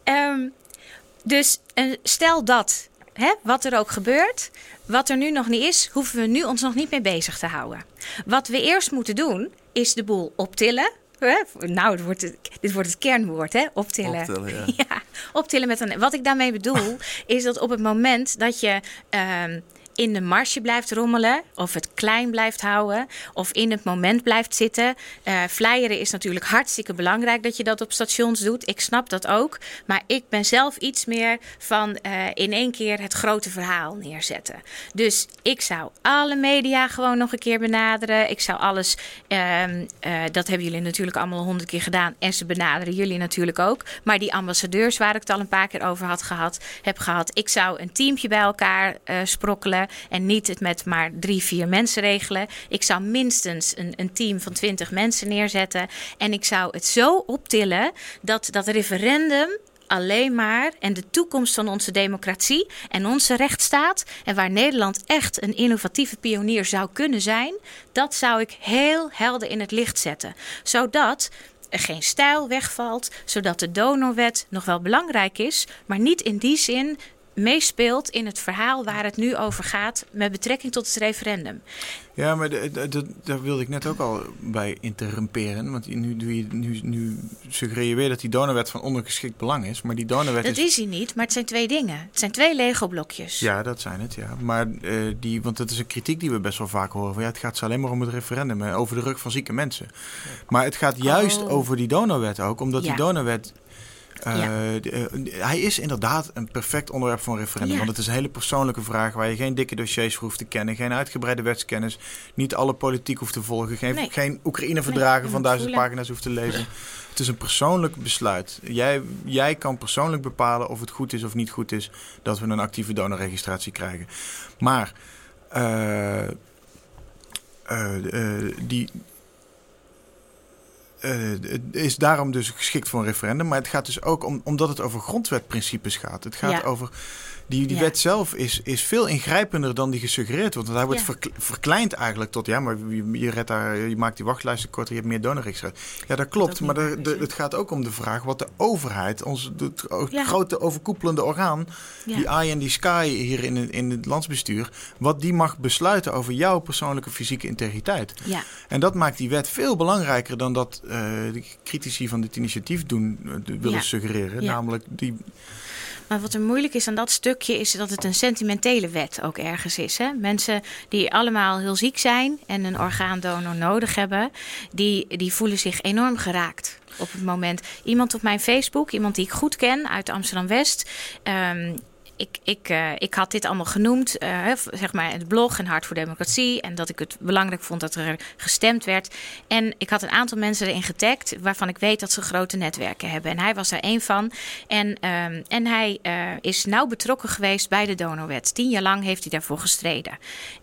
Dus stel dat, wat er ook gebeurt, wat er nu nog niet is, hoeven we nu ons nog niet mee bezig te houden. Wat we eerst moeten doen, is de boel optillen. Nou, dit wordt het kernwoord, hè? Optillen. Optillen, ja, optillen met een... Wat ik daarmee bedoel, is dat op het moment dat je... in de marge blijft rommelen, of het klein blijft houden, of in het moment blijft zitten. Flyeren is natuurlijk hartstikke belangrijk dat je dat op stations doet. Ik snap dat ook. Maar ik ben zelf iets meer van in één keer het grote verhaal neerzetten. Dus ik zou alle media gewoon nog een keer benaderen. Ik zou alles, dat hebben jullie natuurlijk allemaal 100 keer gedaan. En ze benaderen jullie natuurlijk ook. Maar die ambassadeurs waar ik het al een paar keer over heb gehad. Ik zou een teampje bij elkaar sprokkelen. En niet het met maar 3-4 mensen regelen. Ik zou minstens een team van 20 mensen neerzetten. En ik zou het zo optillen dat referendum alleen maar en de toekomst van onze democratie en onze rechtsstaat en waar Nederland echt een innovatieve pionier zou kunnen zijn, dat zou ik heel helder in het licht zetten. Zodat er geen stijl wegvalt, zodat de donorwet nog wel belangrijk is, maar niet in die zin meespeelt in het verhaal waar het nu over gaat met betrekking tot het referendum. Ja, maar daar wilde ik net ook al bij interrumperen. Want nu suggereer je weer dat die donorwet van ondergeschikt belang is. Maar die donorwet dat is hij niet, maar het zijn 2 dingen. Het zijn 2 Lego-blokjes. Ja, dat zijn het, ja. Maar want dat is een kritiek die we best wel vaak horen. Van, het gaat alleen maar om het referendum. Over de rug van zieke mensen. Maar het gaat juist over die donorwet ook. Omdat die donorwet... hij is inderdaad een perfect onderwerp voor een referendum. Want het is een hele persoonlijke vraag waar je geen dikke dossiers voor hoeft te kennen. Geen uitgebreide wetskennis. Niet alle politiek hoeft te volgen. Geen Oekraïne-verdragen van 1000 pagina's hoeft te lezen. Het is een persoonlijk besluit. Jij kan persoonlijk bepalen of het goed is of niet goed is dat we een actieve donorregistratie krijgen. Maar is daarom dus geschikt voor een referendum. Maar het gaat dus ook omdat het over grondwetprincipes gaat. Het gaat over... Die wet zelf is veel ingrijpender dan die gesuggereerd wordt. Want hij wordt verkleind eigenlijk tot... Ja, maar je maakt die wachtlijsten korter, je hebt meer donorregistratie. Ja, dat klopt. Maar het gaat ook om de vraag wat de overheid... het grote overkoepelende orgaan... die Eye and the Sky hier in het landsbestuur... wat die mag besluiten over jouw persoonlijke fysieke integriteit. Ja. En dat maakt die wet veel belangrijker... dan dat de critici van dit initiatief willen suggereren. Ja. Namelijk die... Maar wat er moeilijk is aan dat stukje is dat het een sentimentele wet ook ergens is. Hè? Mensen die allemaal heel ziek zijn en een orgaandonor nodig hebben, die voelen zich enorm geraakt op het moment. Iemand op mijn Facebook, iemand die ik goed ken uit Amsterdam-West... Ik had dit allemaal genoemd, zeg maar het blog en Hart voor Democratie. En dat ik het belangrijk vond dat er gestemd werd. En ik had een aantal mensen erin getagd waarvan ik weet dat ze grote netwerken hebben. En hij was er één van. En hij is nauw betrokken geweest bij de donorwet. 10 jaar lang heeft hij daarvoor gestreden.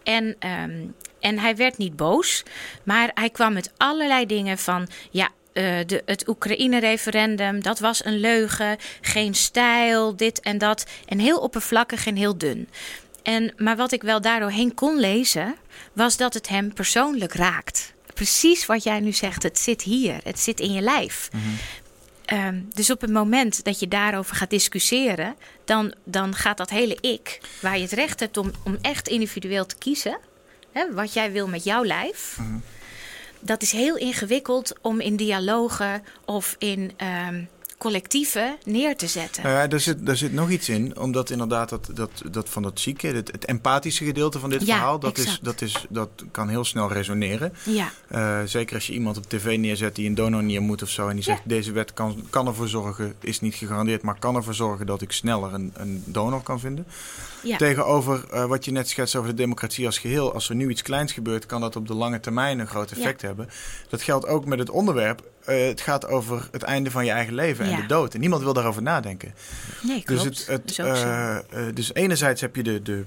En hij werd niet boos, maar hij kwam met allerlei dingen van... het Oekraïne-referendum, dat was een leugen. Geen stijl, dit en dat. En heel oppervlakkig en heel dun. Maar wat ik wel daardoorheen kon lezen... was dat het hem persoonlijk raakt. Precies wat jij nu zegt, het zit hier. Het zit in je lijf. Mm-hmm. Dus op het moment dat je daarover gaat discussiëren... dan gaat dat hele ik... waar je het recht hebt om echt individueel te kiezen... wat jij wil met jouw lijf... Mm-hmm. Dat is heel ingewikkeld om in dialogen of in collectieven neer te zetten. Nou ja, daar zit nog iets in. Omdat inderdaad dat van dat zieke, het empathische gedeelte van dit verhaal... Dat kan heel snel resoneren. Ja. Zeker als je iemand op tv neerzet die een donornier moet of zo... en die zegt, deze wet kan ervoor zorgen, is niet gegarandeerd... maar kan ervoor zorgen dat ik sneller een donor kan vinden. Ja. Tegenover wat je net schetst over de democratie als geheel. Als er nu iets kleins gebeurt, kan dat op de lange termijn een groot effect hebben. Dat geldt ook met het onderwerp. Het gaat over het einde van je eigen leven en de dood. En niemand wil daarover nadenken. Nee, klopt. Dus enerzijds heb je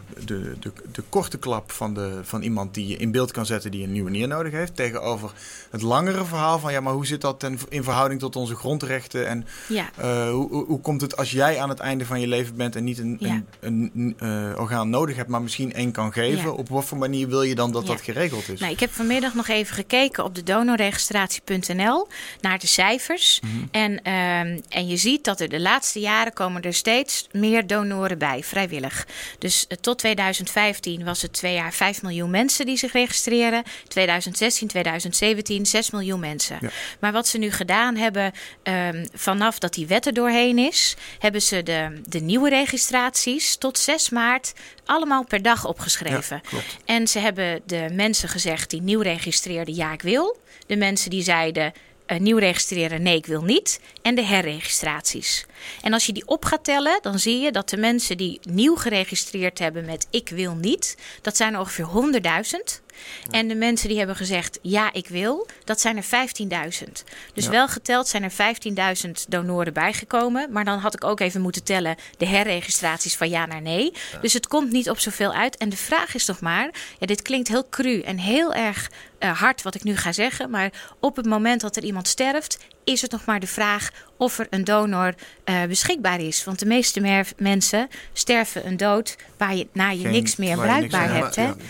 de korte klap van iemand die je in beeld kan zetten... die een nieuwe nier nodig heeft. Tegenover het langere verhaal van... maar hoe zit dat in verhouding tot onze grondrechten? En hoe komt het als jij aan het einde van je leven bent... en niet een orgaan nodig hebt, maar misschien één kan geven? Ja. Op wat voor manier wil je dan dat geregeld is? Nou, ik heb vanmiddag nog even gekeken op de donorregistratie.nl... naar de cijfers. Mm-hmm. En je ziet dat er de laatste jaren komen er steeds meer donoren bij, vrijwillig. Dus tot 2015 was het 2 jaar 5 miljoen mensen die zich registreren. 2016, 2017 6 miljoen mensen. Ja. Maar wat ze nu gedaan hebben, vanaf dat die wet er doorheen is... hebben ze de nieuwe registraties tot 6 maart allemaal per dag opgeschreven. Ja, en ze hebben de mensen gezegd die nieuw registreerden, ja, ik wil. De mensen die zeiden... nieuw registreren, nee, ik wil niet. En de herregistraties. En als je die op gaat tellen, dan zie je dat de mensen die nieuw geregistreerd hebben met ik wil niet, dat zijn er ongeveer 100.000. En de mensen die hebben gezegd ja, ik wil, dat zijn er 15.000. Dus wel geteld zijn er 15.000 donoren bijgekomen. Maar dan had ik ook even moeten tellen de herregistraties van ja naar nee. Ja. Dus het komt niet op zoveel uit. En de vraag is toch maar, dit klinkt heel cru en heel erg hard wat ik nu ga zeggen. Maar op het moment dat er iemand sterft, is het nog maar de vraag of er een donor beschikbaar is. Want de meeste mensen sterven een dood waar je niks meer bruikbaar hebt. Hè?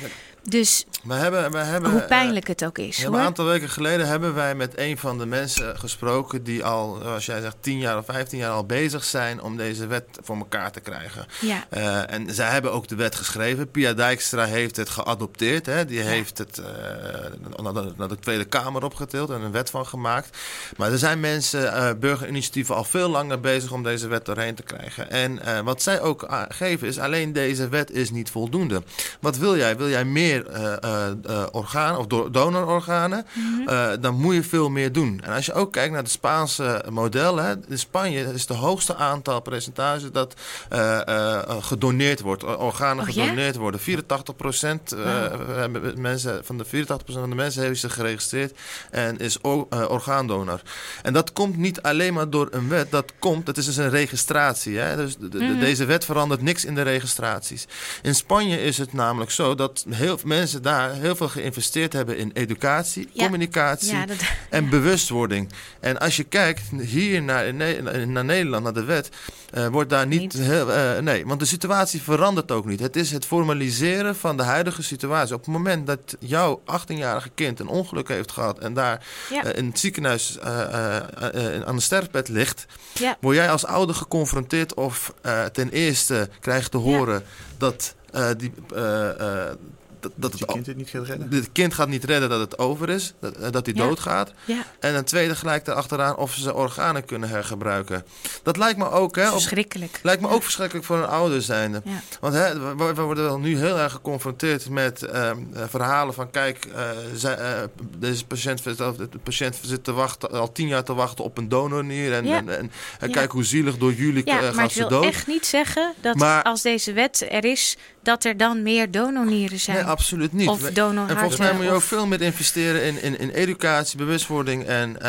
Dus we hebben, hoe pijnlijk het ook is. Een aantal weken geleden hebben wij met een van de mensen gesproken die al, zoals jij zegt, 10 jaar of 15 jaar al bezig zijn om deze wet voor elkaar te krijgen. Ja. En zij hebben ook de wet geschreven. Pia Dijkstra heeft het geadopteerd. Hè. Die heeft het naar de Tweede Kamer opgetild en een wet van gemaakt. Maar er zijn mensen, burgerinitiatieven, al veel langer bezig om deze wet doorheen te krijgen. En wat zij ook geven is, alleen deze wet is niet voldoende. Wat wil jij? Wil jij meer organen of donororganen? Dan moet je veel meer doen. En als je ook kijkt naar het Spaanse model, hè, in Spanje is het hoogste aantal percentage dat gedoneerd wordt. Organen gedoneerd worden. 84% mensen, van de 84% van de mensen heeft zich geregistreerd en is orgaandonor. En dat komt niet alleen maar door een wet. Dat is dus een registratie. Hè? Dus deze wet verandert niks in de registraties. In Spanje is het namelijk zo dat mensen daar heel veel geïnvesteerd hebben in educatie, communicatie en bewustwording. En als je kijkt hier naar Nederland, naar de wet, wordt daar niet heel... nee, want de situatie verandert ook niet. Het is het formaliseren van de huidige situatie. Op het moment dat jouw 18-jarige kind een ongeluk heeft gehad en daar in het ziekenhuis aan de sterfbed ligt, word jij als ouder geconfronteerd of ten eerste krijgt te horen dat dat het kind het niet gaat redden. Het kind gaat niet redden dat het over is, dat hij doodgaat. Ja. En een tweede gelijk erachteraan of ze organen kunnen hergebruiken. Dat lijkt me ook... Verschrikkelijk. Lijkt me ook verschrikkelijk voor een ouder zijnde. Ja. Want we worden wel nu heel erg geconfronteerd met verhalen van... Kijk, deze patiënt zit al 10 jaar te wachten op een donornier. En kijk hoe zielig door jullie gaat ze dood. Maar ik wil echt niet zeggen dat als deze wet er is, dat er dan meer donornieren zijn. Nee, absoluut niet. Of donorharten. En volgens mij moet je ook veel meer investeren in educatie, bewustwording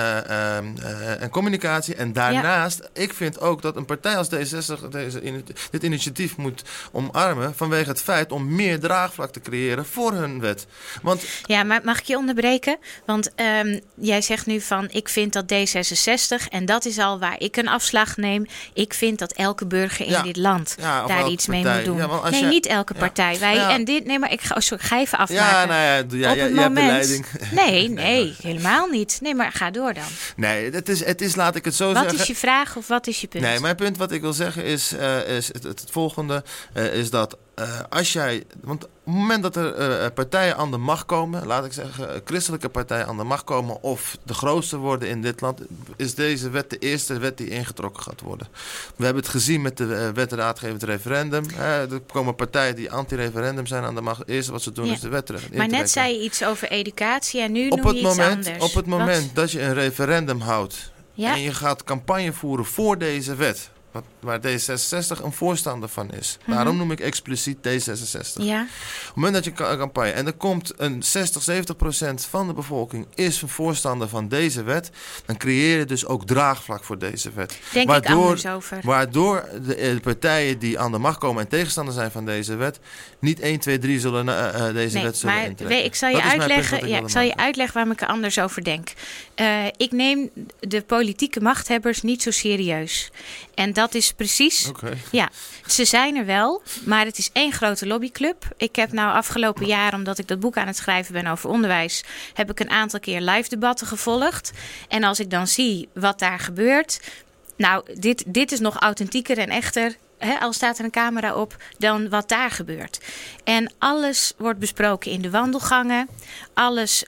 en communicatie. En daarnaast, ik vind ook dat een partij als D66 dit initiatief moet omarmen vanwege het feit om meer draagvlak te creëren voor hun wet. Want, ja, maar mag ik je onderbreken? Want jij zegt nu van, ik vind dat D66, en dat is al waar ik een afslag neem. Ik vind dat elke burger in dit land daar iets mee moet doen. Ja, nee, niet elke partij. Maar ik ga even afmaken. Jij hebt de leiding. Nee, helemaal niet. Nee, maar ga door dan. Nee, het is laat ik het zo zeggen. Wat is je vraag of wat is je punt? Nee, mijn punt wat ik wil zeggen is het volgende. Is dat als jij... Want op het moment dat er partijen aan de macht komen, laat ik zeggen, christelijke partijen aan de macht komen of de grootste worden in dit land, is deze wet de eerste wet die ingetrokken gaat worden. We hebben het gezien met de wet raadgevend referendum. Er komen partijen die anti-referendum zijn aan de macht. Het eerste wat ze doen is de wet intrekken. Maar net zei je iets over educatie en nu noem je iets anders. Op het moment dat je een referendum houdt en je gaat campagne voeren voor deze wet, waar D66 een voorstander van is. Daarom noem ik expliciet D66. Ja. Op het moment dat je een campagne... En er komt een 60-70% van de bevolking is een voorstander van deze wet, dan creëer je dus ook draagvlak voor deze wet. Denk ik anders over. Waardoor de partijen die aan de macht komen en tegenstander zijn van deze wet, niet 1, 2, 3 zullen deze wet zullen intrekken. Ik zal je uitleggen waarom ik er anders over denk. Ik neem de politieke machthebbers niet zo serieus. En dat is precies... Okay. Ja, ze zijn er wel, maar het is één grote lobbyclub. Ik heb nou afgelopen jaar, omdat ik dat boek aan het schrijven ben over onderwijs, heb ik een aantal keer live debatten gevolgd. En als ik dan zie wat daar gebeurt, nou, dit is nog authentieker en echter, al staat er een camera op, dan wat daar gebeurt. En alles wordt besproken in de wandelgangen. Alles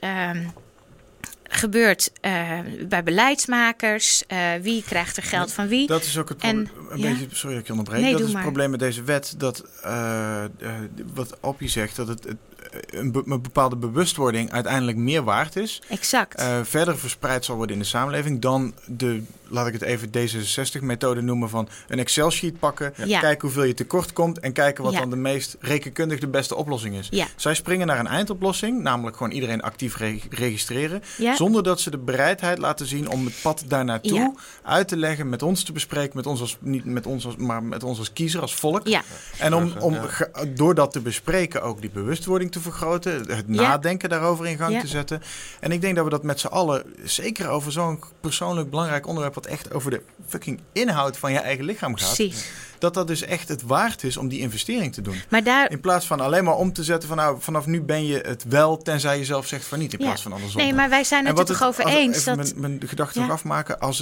gebeurt bij beleidsmakers. Wie krijgt er geld van wie? Dat is ook het probleem. Sorry dat ik je onderbreek. Nee, dat is het probleem met deze wet. Dat wat Oppie zegt, dat het een bepaalde bewustwording uiteindelijk meer waard is. Exact. Verder verspreid zal worden in de samenleving dan de, laat ik het even D66-methode noemen, van een Excel-sheet pakken, kijken hoeveel je tekort komt en kijken wat dan de meest rekenkundig de beste oplossing is. Ja. Zij springen naar een eindoplossing, namelijk gewoon iedereen actief registreren, zonder dat ze de bereidheid laten zien om het pad daarnaartoe uit te leggen, met ons te bespreken, maar met ons als kiezer, als volk. Ja. En om door dat te bespreken ook die bewustwording te vergroten. Het nadenken daarover in gang te zetten. En ik denk dat we dat met z'n allen, zeker over zo'n persoonlijk belangrijk onderwerp, wat echt over de fucking inhoud van je eigen lichaam gaat. Precies. Dat dus echt het waard is om die investering te doen. Maar in plaats van alleen maar om te zetten van nou, vanaf nu ben je het wel, tenzij je zelf zegt van niet, in plaats van andersom. Nee, maar wij zijn het er toch over eens. Even mijn gedachten nog afmaken. Als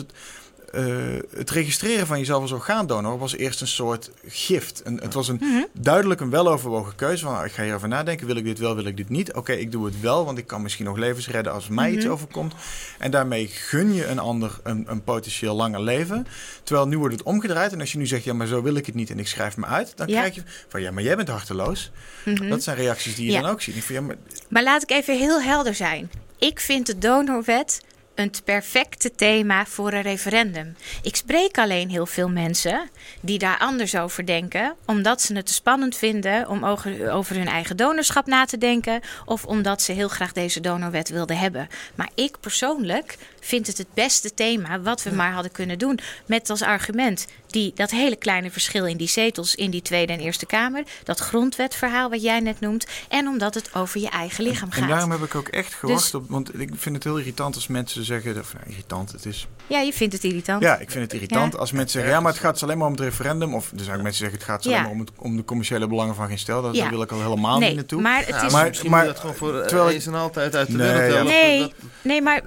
het registreren van jezelf als orgaandonor was eerst een soort gift. Het was duidelijk een weloverwogen keuze. Van, ik ga hierover nadenken. Wil ik dit wel, wil ik dit niet? Oké, ik doe het wel, want ik kan misschien nog levens redden als mij iets overkomt. En daarmee gun je een ander een potentieel langer leven. Terwijl nu wordt het omgedraaid. En als je nu zegt, ja, maar zo wil ik het niet en ik schrijf me uit. Dan krijg je van, ja, maar jij bent harteloos. Dat zijn reacties die je dan ook ziet. Van, maar laat ik even heel helder zijn. Ik vind de donorwet een perfecte thema voor een referendum. Ik spreek alleen heel veel mensen die daar anders over denken, omdat ze het te spannend vinden om over hun eigen donorschap na te denken, of omdat ze heel graag deze donorwet wilden hebben. Maar ik persoonlijk vind het beste thema wat we maar hadden kunnen doen, met als argument dat hele kleine verschil in die zetels in die Tweede en Eerste Kamer, dat grondwetverhaal wat jij net noemt, en omdat het over je eigen lichaam gaat. En daarom heb ik ook echt gewacht op, want ik vind het heel irritant als mensen zeggen, of nou, irritant, het is... Ja, je vindt het irritant. Ja, ik vind het irritant als mensen zeggen, ja, maar het gaat dus alleen maar om het referendum, of er zijn ook mensen zeggen, het gaat dus alleen maar om de commerciële belangen van geen stel. Daar wil ik al helemaal niet naartoe. Maar het is... Misschien moet dat gewoon voor eens en altijd uit de wereld helpen. Nee, maar...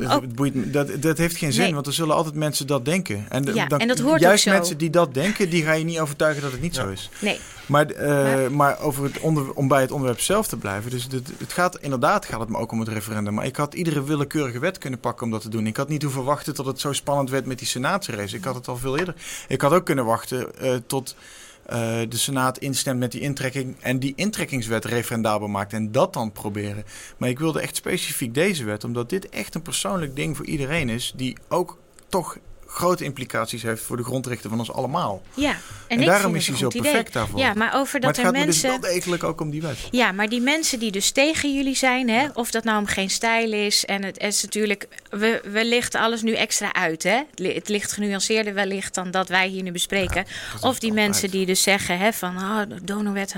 Dat heeft geen zin, want er zullen altijd mensen dat denken. En dat hoort juist ook zo. mensen die dat denken, die ga je niet overtuigen dat het niet zo is. Nee. Maar over om bij het onderwerp zelf te blijven. Dus gaat het me ook om het referendum. Maar ik had iedere willekeurige wet kunnen pakken om dat te doen. Ik had niet hoeven wachten tot het zo spannend werd met die senaatsrace. Ik had het al veel eerder. Ik had ook kunnen wachten tot de Senaat instemt met die intrekking en die intrekkingswet referendabel maakt en dat dan proberen. Maar ik wilde echt specifiek deze wet, omdat dit echt een persoonlijk ding voor iedereen is, die ook toch grote implicaties heeft voor de grondrechten van ons allemaal. Ja, en daarom is hij zo perfect daarvoor. Ja, maar over dat het gaat er mensen... me dus wel degelijk ook om die wet. Ja, maar die mensen die dus tegen jullie zijn, hè, of dat nou om geen stijl is, en het is natuurlijk, we lichten alles nu extra uit, hè. Het ligt genuanceerder wellicht dan dat wij hier nu bespreken. Ja, of die mensen die dus zeggen, hè, van donorwet,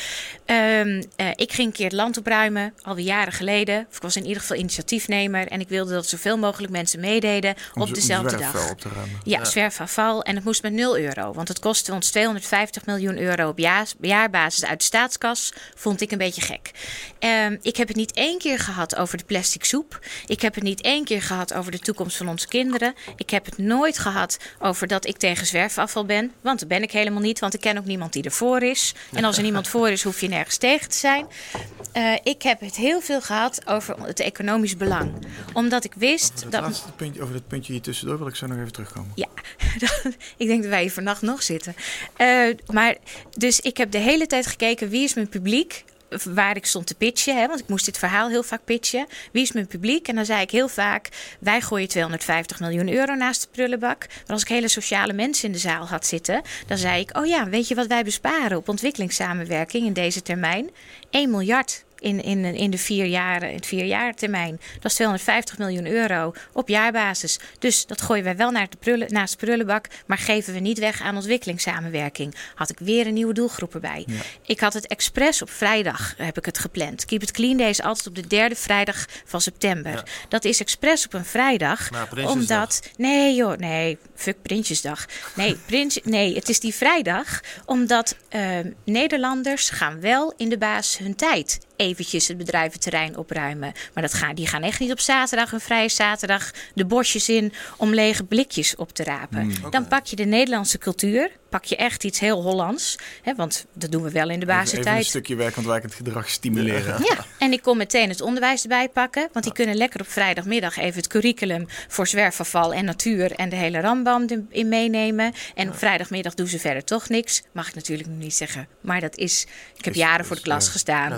ik ging een keer het land opruimen, alweer jaren geleden. Of ik was in ieder geval initiatiefnemer en ik wilde dat zoveel mogelijk mensen meededen op dezelfde dag. Ja, zwerfafval. En het moest met €0. Want het kostte ons €250 miljoen op jaarbasis uit de staatskas. Vond ik een beetje gek. Ik heb het niet één keer gehad over de plastic soep. Ik heb het niet één keer gehad over de toekomst van onze kinderen. Ik heb het nooit gehad over dat ik tegen zwerfafval ben. Want dat ben ik helemaal niet. Want ik ken ook niemand die ervoor is. En als er niemand voor is, hoef je nergens tegen te zijn. Ik heb het heel veel gehad over het economisch belang. Omdat ik wist over dat puntje hier tussendoor wil ik zo nog even terugkomen. Ja, ik denk dat wij hier vannacht nog zitten. Maar dus ik heb de hele tijd gekeken, wie is mijn publiek? Waar ik stond te pitchen, hè, want ik moest dit verhaal heel vaak pitchen. Wie is mijn publiek? En dan zei ik heel vaak, wij gooien €250 miljoen naast de prullenbak. Maar als ik hele sociale mensen in de zaal had zitten, dan zei ik, oh ja, weet je wat wij besparen op ontwikkelingssamenwerking in deze termijn? 1 miljard. In de 4 jaar termijn. Dat is €250 miljoen op jaarbasis. Dus dat gooien wij wel naast de prullenbak, maar geven we niet weg aan ontwikkelingssamenwerking. Had ik weer een nieuwe doelgroep erbij. Ja. Ik had het expres op vrijdag, heb ik het gepland. Keep It Clean Day is altijd op de 3e vrijdag van september. Ja. Dat is expres op een vrijdag. Omdat... Nee, fuck Prinsjesdag. Nee, het is die vrijdag, omdat Nederlanders gaan wel in de basis hun tijd eventjes het bedrijventerrein opruimen. Maar die gaan echt niet op zaterdag, een vrije zaterdag, de bosjes in om lege blikjes op te rapen. Okay. Dan pak je de Nederlandse cultuur, pak je echt iets heel Hollands. Hè, want dat doen we wel in de basentijd. Even een stukje werkontwijkend gedrag stimuleren. Ja, en ik kon meteen het onderwijs erbij pakken. Want die kunnen lekker op vrijdagmiddag even het curriculum voor zwerfafval en natuur en de hele rambam in meenemen. En op vrijdagmiddag doen ze verder toch niks. Mag ik natuurlijk nog niet zeggen. Maar dat is... Ik heb jaren voor de klas gestaan.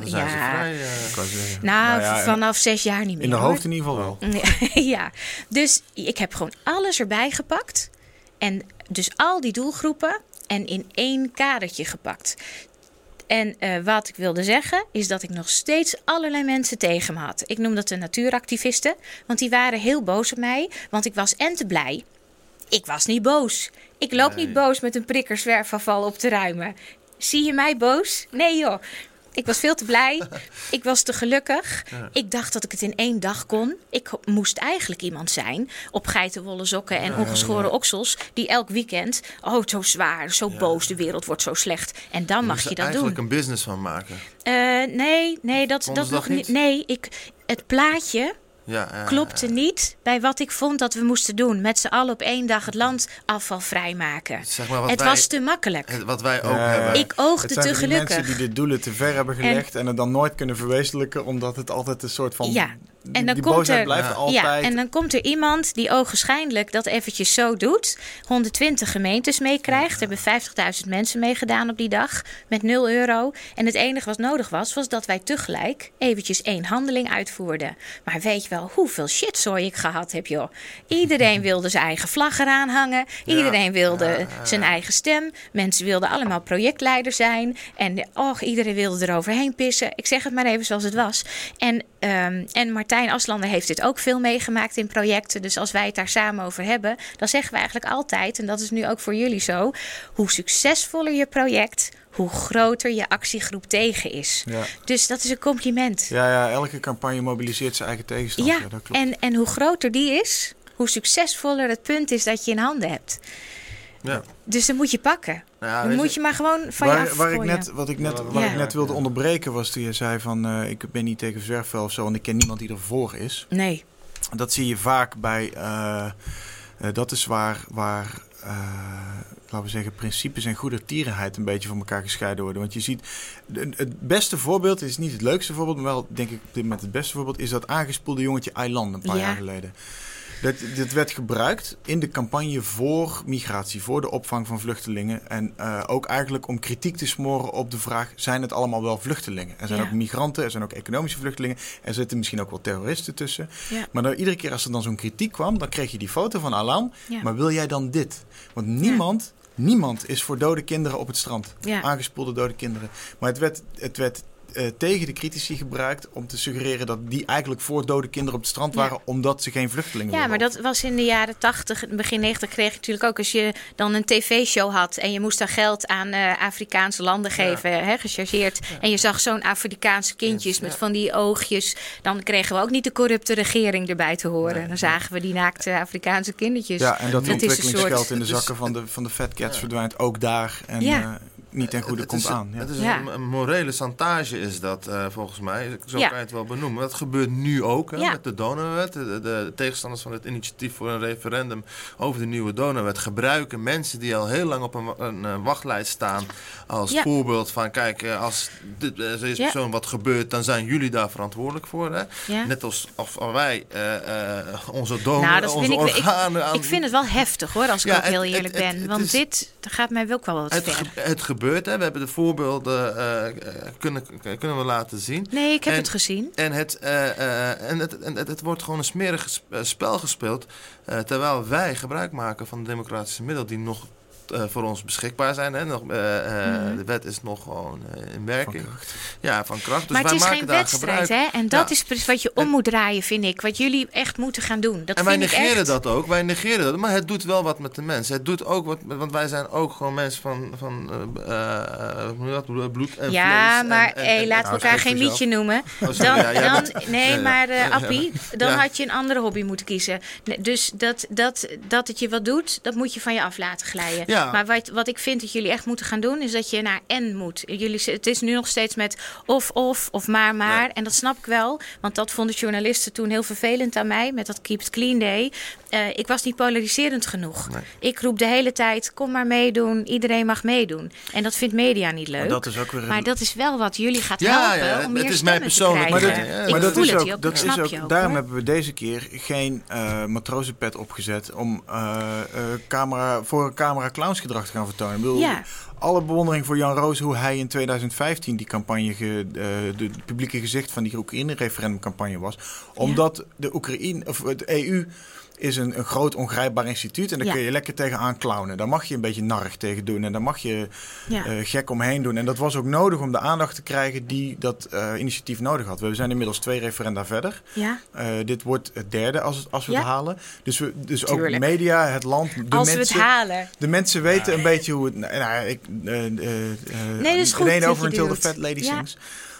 Vanaf 6 jaar niet meer. In de hoofd in ieder geval wel. Ja, dus ik heb gewoon alles erbij gepakt. En dus al die doelgroepen en in 1 kadertje gepakt. En wat ik wilde zeggen is dat ik nog steeds allerlei mensen tegen me had. Ik noem dat de natuuractivisten, want die waren heel boos op mij. Want ik was en te blij. Ik was niet boos. Ik loop niet boos met een prikker zwerfafval op te ruimen. Zie je mij boos? Nee joh. Ik was veel te blij. Ik was te gelukkig. Ja. Ik dacht dat ik het in 1 dag kon. Ik moest eigenlijk iemand zijn op geitenwolle sokken en ongeschoren oksels die elk weekend, zo zwaar, zo boos, de wereld wordt zo slecht. En dan mag je dat doen. Eigenlijk een business van maken. Nee, dat nog niet. Nee, het plaatje klopte niet bij wat ik vond dat we moesten doen. Met z'n allen op 1 dag het landafval vrijmaken. Zeg maar het was te makkelijk. Wat wij ook hebben. Ik oogde te gelukkig. Mensen die de doelen te ver hebben gelegd en het dan nooit kunnen verwezenlijken, omdat het altijd een soort van... Ja. En dan die komt boosheid blijft altijd. Ja, en dan komt er iemand die ogenschijnlijk dat eventjes zo doet. 120 gemeentes meekrijgt. Er hebben 50.000 mensen meegedaan op die dag. Met €0. En het enige wat nodig was dat wij tegelijk eventjes 1 handeling uitvoerden. Maar weet je wel hoeveel shitzooi ik gehad heb, joh. Iedereen wilde zijn eigen vlag eraan hangen. Iedereen wilde zijn eigen stem. Mensen wilden allemaal projectleider zijn. En iedereen wilde eroverheen pissen. Ik zeg het maar even zoals het was. En Martijn Aslander heeft dit ook veel meegemaakt in projecten. Dus als wij het daar samen over hebben, dan zeggen we eigenlijk altijd, en dat is nu ook voor jullie zo, hoe succesvoller je project, hoe groter je actiegroep tegen is. Ja. Dus dat is een compliment. Ja, elke campagne mobiliseert zijn eigen tegenstander. Ja, dat klopt. En hoe groter die is, hoe succesvoller het punt is dat je in handen hebt. Ja. Dus dan moet je pakken. Ja, dan moet je maar gewoon van je afgooien. Wat ik net wilde onderbreken was toen je zei van ik ben niet tegen zwerfvuil of zo, want ik ken niemand die ervoor is. Nee. Dat zie je vaak bij, dat is waar laten we zeggen, principes en goedertierenheid een beetje van elkaar gescheiden worden. Want je ziet, het beste voorbeeld is niet het leukste voorbeeld, maar wel denk ik met het beste voorbeeld is dat aangespoelde jongetje Aylan een paar jaar geleden. Dit werd gebruikt in de campagne voor migratie, voor de opvang van vluchtelingen. En ook eigenlijk om kritiek te smoren op de vraag, zijn het allemaal wel vluchtelingen? Er zijn ook migranten, er zijn ook economische vluchtelingen. Er zitten misschien ook wel terroristen tussen. Ja. Maar iedere keer als er dan zo'n kritiek kwam, dan kreeg je die foto van Aylan. Ja. Maar wil jij dan dit? Want niemand is voor dode kinderen op het strand. Ja. Aangespoelde dode kinderen. Maar het werd tegen de critici gebruikt om te suggereren dat die eigenlijk voor dode kinderen op het strand waren, omdat ze geen vluchtelingen wilden. Ja, maar dat was in de jaren 80, begin 90 kreeg je natuurlijk ook als je dan een tv-show had en je moest dan geld aan Afrikaanse landen geven, gechargeerd. Ja. En je zag zo'n Afrikaanse kindjes met van die oogjes. Dan kregen we ook niet de corrupte regering erbij te horen. Nee. Dan zagen we die naakte Afrikaanse kindertjes. Ja, en dat ontwikkelingsgeld in de zakken van de fat cats verdwijnt ook daar. En, niet ten goede komt aan. Ja. Het is een morele chantage is dat, volgens mij. Zo kan je het wel benoemen. Dat gebeurt nu ook met de donorwet. De tegenstanders van het initiatief voor een referendum over de nieuwe donorwet gebruiken mensen die al heel lang op een wachtlijst staan als voorbeeld van, kijk, als deze persoon wat gebeurt, dan zijn jullie daar verantwoordelijk voor. Hè? Ja. Net als wij onze donor, onze organen... Ik vind het wel heftig hoor, als ik ook heel eerlijk ben. Want dit gaat mij ook wel wat ver. Het gebeurt. Hè? We hebben de voorbeelden kunnen we laten zien. Nee, ik heb het gezien. En het wordt gewoon een smerig spel gespeeld. Terwijl wij gebruik maken van de democratische middelen die nog voor ons beschikbaar zijn. Hè? De wet is nog gewoon in werking. Van kracht. Ja, van kracht. Dus maar het is geen wedstrijd, hè? En dat is precies wat je om moet draaien, vind ik. Wat jullie echt moeten gaan doen. Dat en wij negeren dat ook. Wij negeren dat. Maar het doet wel wat met de mensen. Het doet ook wat, want wij zijn ook gewoon mensen van bloed en vlees. Maar laten we elkaar geen mietje noemen. Appie, dan had je een andere hobby moeten kiezen. Dus dat het je wat doet, dat moet je van je af laten glijden. Ja. Maar wat ik vind dat jullie echt moeten gaan doen, is dat je naar en moet. Het is nu nog steeds met of maar. Ja. En dat snap ik wel. Want dat vonden journalisten toen heel vervelend aan mij. Met dat Keep It Clean Day. Ik was niet polariserend genoeg. Nee. Ik roep de hele tijd, kom maar meedoen. Iedereen mag meedoen. En dat vindt media niet leuk. Maar dat is wel wat jullie gaat helpen om meer stemmen te krijgen. Maar dat is ook, daarom hebben we deze keer geen matrozenpet opgezet om voor een camera clownsgedrag te gaan vertonen. Ik bedoel, alle bewondering voor Jan Roos, hoe hij in 2015 die campagne, de publieke gezicht van die Oekraïne-referendumcampagne was. Omdat de EU is een groot ongrijpbaar instituut en daar kun je lekker tegenaan clownen. Daar mag je een beetje narrig tegen doen en daar mag je gek omheen doen. En dat was ook nodig om de aandacht te krijgen die dat initiatief nodig had. We zijn inmiddels 2 referenda verder. Ja. Dit wordt het derde als we het halen. Dus ook media, het land, we het halen. De mensen weten een beetje hoe het... nee, dat is goed. Over Until the Fat Lady Sings.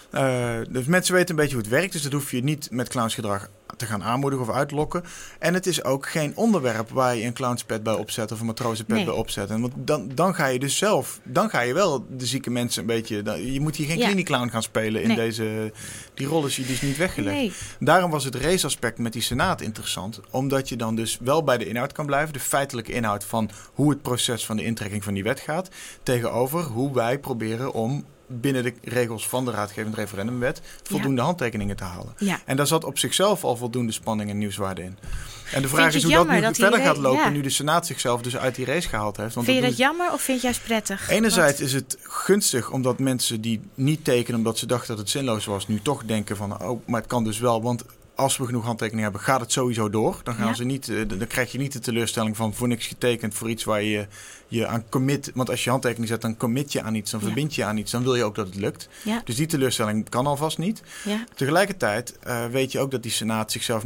Dus mensen weten een beetje hoe het werkt. Dus dat hoef je niet met clownsgedrag te gaan aanmoedigen of uitlokken. En het is ook geen onderwerp waar je een clownspet bij opzet of een matrozenpet bij opzet. En want dan ga je dus zelf, dan ga je wel de zieke mensen een beetje... Je moet hier geen kliniekclown gaan spelen in deze... Die rol is je dus niet weggelegd. Nee. Daarom was het raceaspect met die Senaat interessant. Omdat je dan dus wel bij de inhoud kan blijven. De feitelijke inhoud van hoe het proces van de intrekking van die wet gaat. Tegenover hoe wij proberen om binnen de regels van de raadgevend referendumwet voldoende handtekeningen te halen. Ja. En daar zat op zichzelf al voldoende spanning en nieuwswaarde in. En de vraag is hoe dat nu verder gaat lopen nu de Senaat zichzelf dus uit die race gehaald heeft. Want vind je dat jammer of vind je juist prettig? Enerzijds is het gunstig omdat mensen die niet tekenen omdat ze dachten dat het zinloos was, nu toch denken van maar het kan dus wel, want als we genoeg handtekeningen hebben, gaat het sowieso door. Dan gaan ze niet, dan krijg je niet de teleurstelling van voor niks getekend voor iets waar je aan commit. Want als je handtekening zet, dan commit je aan iets, dan verbind je aan iets, dan wil je ook dat het lukt. Ja. Dus die teleurstelling kan alvast niet. Ja. Tegelijkertijd weet je ook dat die Senaat zichzelf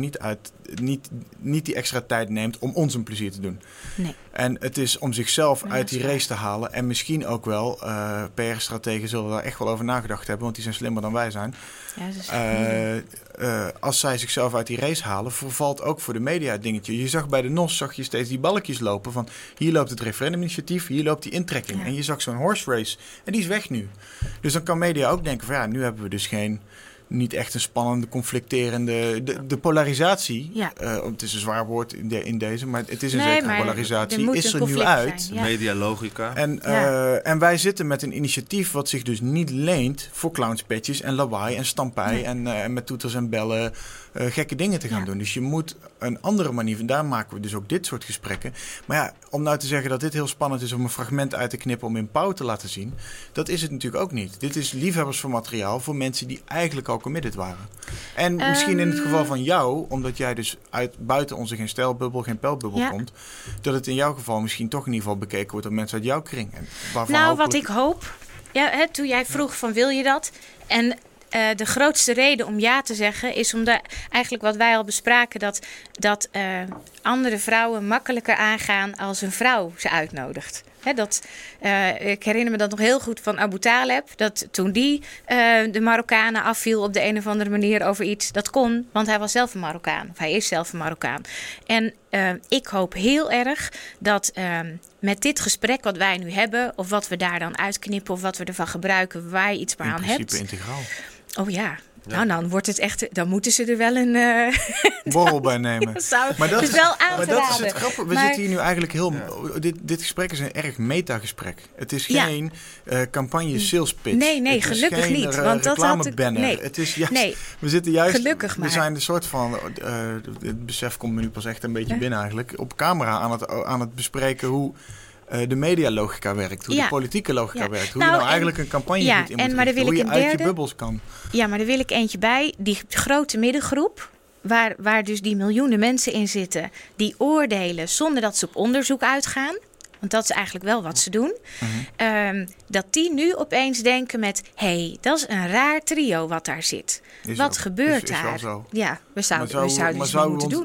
niet die extra tijd neemt om ons een plezier te doen. Nee. En het is om zichzelf uit die race te halen. En misschien ook wel, PR-strategen zullen daar echt wel over nagedacht hebben, want die zijn slimmer dan wij zijn. Ja, dus, als zij zichzelf uit die race halen, vervalt ook voor de media het dingetje. Je zag bij de NOS zag je steeds die balkjes lopen van hier loopt het referenduminitiatief, hier loopt die intrekking. Ja. En je zag zo'n horse race en die is weg nu. Dus dan kan media ook denken van nu hebben we dus niet echt een spannende, conflicterende... De polarisatie, het is een zwaar woord in deze, maar het is een zekere polarisatie, is er nu uit. Ja. Medialogica. En wij zitten met een initiatief wat zich dus niet leent voor clownspetjes en lawaai en stampij en met toeters en bellen gekke dingen te gaan doen. Dus je moet een andere manier, en daar maken we dus ook dit soort gesprekken. Maar om nou te zeggen dat dit heel spannend is om een fragment uit te knippen om in pauw te laten zien, dat is het natuurlijk ook niet. Dit is liefhebbers van materiaal voor mensen die eigenlijk al committed waren. En misschien in het geval van jou, omdat jij dus buiten onze geen stijlbubbel, geen pijlbubbel komt, dat het in jouw geval misschien toch in ieder geval bekeken wordt door mensen uit jouw kring. En wat ik hoop, toen jij vroeg van wil je dat? En de grootste reden om ja te zeggen is omdat eigenlijk wat wij al bespraken, dat andere vrouwen makkelijker aangaan als een vrouw ze uitnodigt. Ik herinner me dat nog heel goed van Abu Taleb. Dat toen die de Marokkanen afviel op de een of andere manier over iets. Dat kon, want hij was zelf een Marokkaan. Of hij is zelf een Marokkaan. En ik hoop heel erg dat met dit gesprek wat wij nu hebben, of wat we daar dan uitknippen, of wat we ervan gebruiken, waar je iets maar aan hebt. In principe integraal. Oh ja. Nou, dan wordt het echt. Dan moeten ze er wel een borrel bij nemen. Maar dat is wel aan te maar dat is het grappige. We zitten hier nu eigenlijk heel. Dit gesprek is een erg metagesprek. Het is geen campagne sales pitch. Nee, gelukkig geen, niet. Want dat had banner. Nee. Het is juist. We zitten juist. Gelukkig maar. We zijn een soort van. Het besef komt me nu pas echt een beetje binnen eigenlijk. Op camera aan het bespreken hoe de medialogica werkt, hoe de politieke logica werkt. Hoe je nou eigenlijk een campagne goed in moet richten, hoe je uit je bubbels kan. Ja, maar daar wil ik eentje bij. Die grote middengroep, waar dus die miljoenen mensen in zitten, die oordelen zonder dat ze op onderzoek uitgaan. Want dat is eigenlijk wel wat ze doen. Uh-huh. Dat die nu opeens denken met, dat is een raar trio wat daar zit. Wat gebeurt daar? Zo. Ja, we zouden iets mee moeten doen.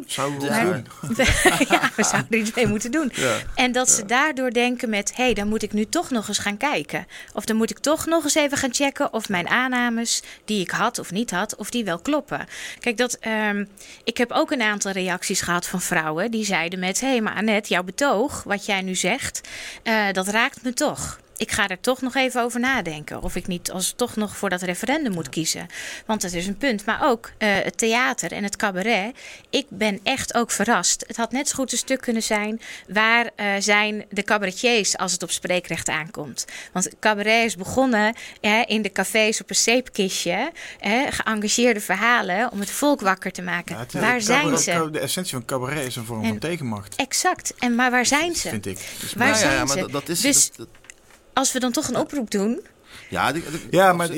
We zouden iets mee moeten doen. Ja. En dat ze daardoor denken met, dan moet ik nu toch nog eens gaan kijken. Of dan moet ik toch nog eens even gaan checken of mijn aannames die ik had of niet had, of die wel kloppen. Kijk, ik heb ook een aantal reacties gehad van vrouwen die zeiden met, maar Annette, jouw betoog, wat jij nu zegt, dat raakt me toch. Ik ga er toch nog even over nadenken. Of ik niet toch nog voor dat referendum moet kiezen. Want dat is een punt. Maar ook het theater en het cabaret. Ik ben echt ook verrast. Het had net zo goed een stuk kunnen zijn. Waar zijn de cabaretiers als het op spreekrecht aankomt? Want cabaret is begonnen in de cafés op een zeepkistje. Geëngageerde verhalen om het volk wakker te maken. Ja, waar zijn ze? De essentie van cabaret is een vorm van tegenmacht. Exact. Maar waar zijn ze? Vind ik. Waar zijn ze? Dat is, dus, als we dan toch een oproep doen.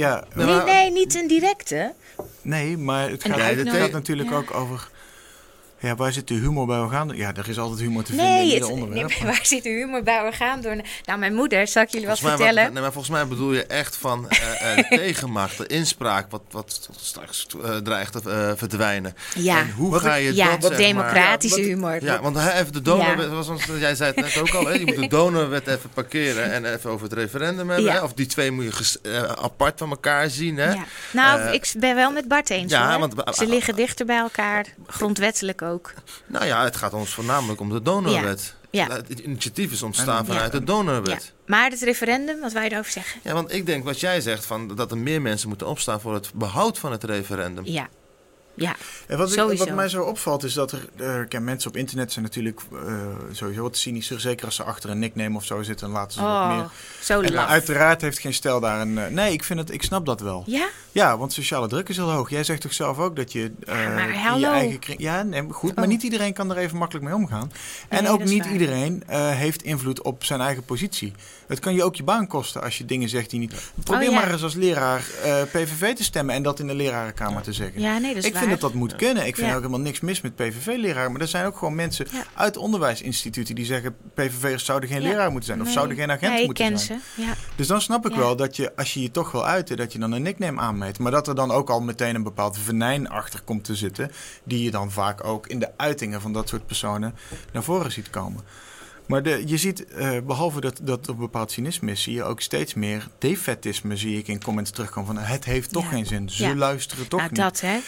Nee, niet een directe. Nee, maar het gaat natuurlijk ook over. Ja, waar zit de humor bij orgaan? Ja, er is altijd humor te vinden in ieder onderwerp. Nee, waar zit de humor bij orgaan door? Nou, mijn moeder, zal ik jullie wat vertellen? Maar volgens mij bedoel je echt van de tegenmacht, de inspraak, wat straks dreigt te verdwijnen. Ja. En hoe ga je dat, wat democratische humor. Ja, want even de donorwet, jij zei het net ook al, hè, je moet de donorwet even parkeren en even over het referendum hebben. Hè? Of die twee moet je apart van elkaar zien. Hè? Ja. Nou, ik ben wel met Bart eens, hoor. Want, ze liggen dichter bij elkaar, grondwettelijk ook. Nou ja, het gaat ons voornamelijk om de donorwet. Ja. Het initiatief is ontstaan vanuit de donorwet. Ja. Maar het referendum, wat wil je erover zeggen? Ja, want ik denk wat jij zegt, van dat er meer mensen moeten opstaan voor het behoud van het referendum. Ja. Ja, en wat mij zo opvalt is dat er mensen op internet zijn natuurlijk sowieso wat cynischer. Zeker als ze achter een nickname of zo zitten, dan laten ze wat meer. Zo en uiteraard heeft geen stel daar een... nee, ik snap dat wel. Ja? Ja, want sociale druk is heel hoog. Jij zegt toch zelf ook dat je maar in je eigen kring... Ja, nee, goed, maar niet iedereen kan er even makkelijk mee omgaan. Nee, en ook niet iedereen heeft invloed op zijn eigen positie. Het kan je ook je baan kosten als je dingen zegt die niet... Probeer maar eens als leraar PVV te stemmen en dat in de lerarenkamer te zeggen. Ja, nee, dat is ik vind dat moet kunnen. Ik vind ook helemaal niks mis met PVV-leraren. Maar er zijn ook gewoon mensen uit onderwijsinstituten die zeggen... PVV'ers zouden geen leraar moeten zijn of zouden geen agent moeten zijn. Ja. Dus dan snap ik wel dat je, als je je toch wil uiten, dat je dan een nickname aanmeet. Maar dat er dan ook al meteen een bepaald venijn achter komt te zitten, die je dan vaak ook in de uitingen van dat soort personen naar voren ziet komen. Maar je ziet, behalve dat er bepaald cynisme is, zie je ook steeds meer defetisme, zie ik in comments terugkomen van het heeft toch geen zin, ze luisteren toch niet. Dat, hè?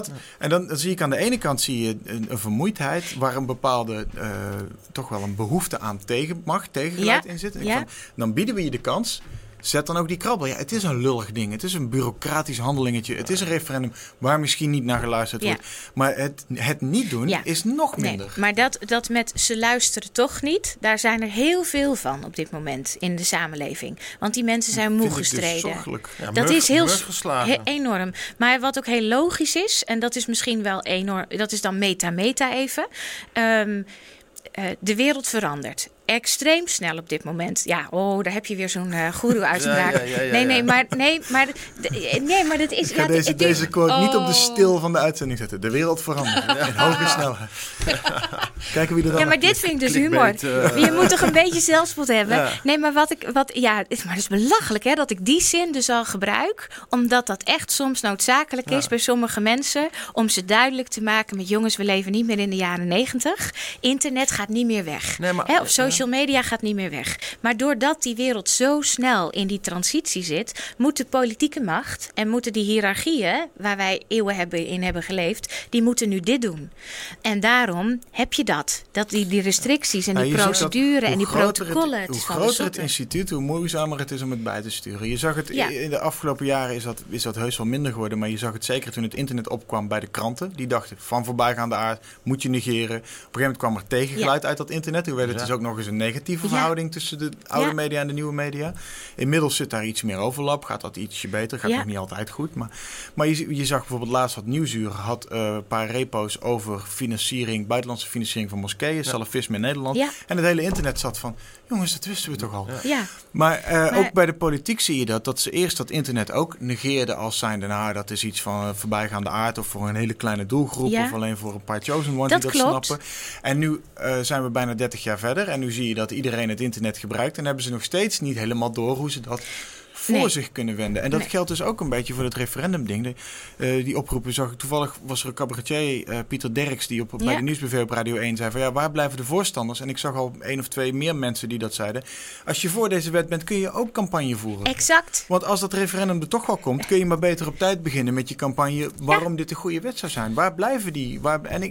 En dan zie ik aan de ene kant zie je een vermoeidheid waar een bepaalde, toch wel een behoefte aan tegengeluid in zit. En dan bieden we je de kans. Zet dan ook die krabbel. Ja, het is een lullig ding. Het is een bureaucratisch handelingetje. Het is een referendum waar misschien niet naar geluisterd wordt. Maar het niet doen is nog minder. Nee, maar dat met ze luisteren toch niet, daar zijn er heel veel van op dit moment in de samenleving. Want die mensen zijn moe gestreden. Ja, dat is heel enorm. Maar wat ook heel logisch is, en dat is misschien wel enorm, dat is dan meta even. De wereld verandert extreem snel op dit moment. Ja, daar heb je weer zo'n goeroe-uitspraak. Nee, maar dat is... Ik ga deze quote niet op de stil van de uitzending zetten. De wereld verandert in hoge snelheid. Kijken wie er dan... Ja, maar dit vind ik dus humor. Je moet toch een beetje zelfspot hebben? Ja. Nee, maar maar het is belachelijk hè, dat ik die zin dus al gebruik, omdat dat echt soms noodzakelijk is bij sommige mensen, om ze duidelijk te maken met jongens, we leven niet meer in de jaren 90. Internet gaat niet meer weg. Nee, maar, of social media gaat niet meer weg. Maar doordat die wereld zo snel in die transitie zit, moet de politieke macht en moeten die hiërarchieën, waar wij eeuwen in hebben geleefd, die moeten nu dit doen. En daarom heb je dat die restricties en die procedure en die protocollen. Hoe groter het instituut, hoe moeizamer het is om het bij te sturen. Je zag het in de afgelopen jaren is dat heus wel minder geworden, maar je zag het zeker toen het internet opkwam bij de kranten. Die dachten, van voorbijgaande aard moet je negeren. Op een gegeven moment kwam er tegengeluid uit dat internet. Toen werd het dus ook nog eens een negatieve verhouding tussen de oude media en de nieuwe media. Inmiddels zit daar iets meer overlap. Gaat dat ietsje beter? Gaat nog niet altijd goed. Maar je zag bijvoorbeeld laatst wat Nieuwsuur had een paar repo's over buitenlandse financiering van moskeeën, salafisme in Nederland. Ja. En het hele internet zat van, jongens, dat wisten we toch al. Ja. Maar ook bij de politiek zie je dat ze eerst dat internet ook negeerden als zijnde, dat is iets van voorbijgaande aard of voor een hele kleine doelgroep of alleen voor een paar chosen ones die dat snappen. En nu zijn we bijna 30 jaar verder en nu zie je dat iedereen het internet gebruikt en hebben ze nog steeds niet helemaal door hoe ze dat voor zich kunnen wenden. En dat geldt dus ook een beetje voor het referendumding. Die oproepen zag ik toevallig, was er een cabaretier, Pieter Derks, die bij de Nieuwsbv op Radio 1 zei van waar blijven de voorstanders? En ik zag al 1 of 2 meer mensen die dat zeiden. Als je voor deze wet bent, kun je ook campagne voeren. Exact. Want als dat referendum er toch wel komt, kun je maar beter op tijd beginnen met je campagne waarom dit een goede wet zou zijn. Waar blijven die?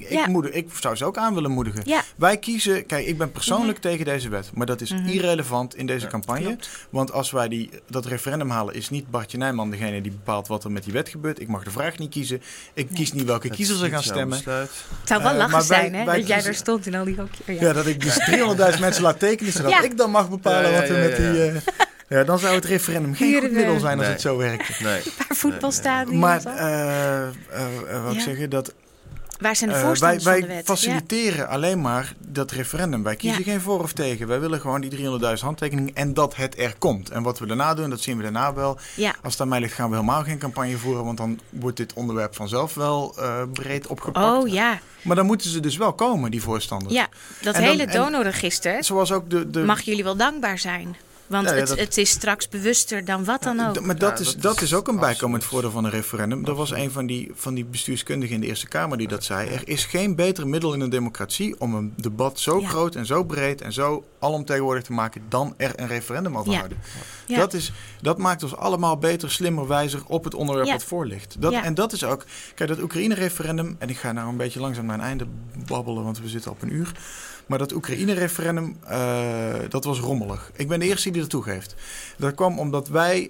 Ik zou ze ook aan willen moedigen. Ja. Wij kiezen, kijk, ik ben persoonlijk tegen deze wet, maar dat is irrelevant in deze campagne. Klopt. Want als wij dat referendum halen, is niet Bartje Nijman degene die bepaalt wat er met die wet gebeurt. Ik mag de vraag niet kiezen. Ik kies niet welke kiezers er gaan stemmen. Het zou wel lachen zijn, hè? Dat jij daar stond in al die hokjes. Ja, dat ik dus 300.000 mensen laat tekenen, zodat ik dan mag bepalen wat er met die... dan zou het referendum geen goed middel zijn als het zo werkt. Nee. Een paar voetbalstadions. Maar, wat zeg je, dat... Waar zijn de voorstanders van de wet? Wij faciliteren alleen maar dat referendum. Wij kiezen geen voor of tegen. Wij willen gewoon die 300.000 handtekeningen en dat het er komt. En wat we daarna doen, dat zien we daarna wel. Ja. Als het aan mij ligt, gaan we helemaal geen campagne voeren. Want dan wordt dit onderwerp vanzelf wel breed opgepakt. Oh ja. Maar dan moeten ze dus wel komen, die voorstanders. Ja, dat En hele dan- donorregister Zoals ook mag jullie wel dankbaar zijn. Want het is straks bewuster dan wat dan ook. Maar dat is ook een bijkomend voordeel van een referendum. Er was een van die bestuurskundigen in de Eerste Kamer die dat zei. Er is geen beter middel in een democratie om een debat zo groot en zo breed en zo alomtegenwoordig te maken dan er een referendum over houden. Ja. Dat maakt ons allemaal beter, slimmer, wijzer op het onderwerp wat voor ligt. En dat is ook, kijk, dat Oekraïne-referendum, en ik ga nou een beetje langzaam naar een einde babbelen, want we zitten op een uur. Maar dat Oekraïne-referendum, dat was rommelig. Ik ben de eerste die dat toegeeft. Dat kwam omdat wij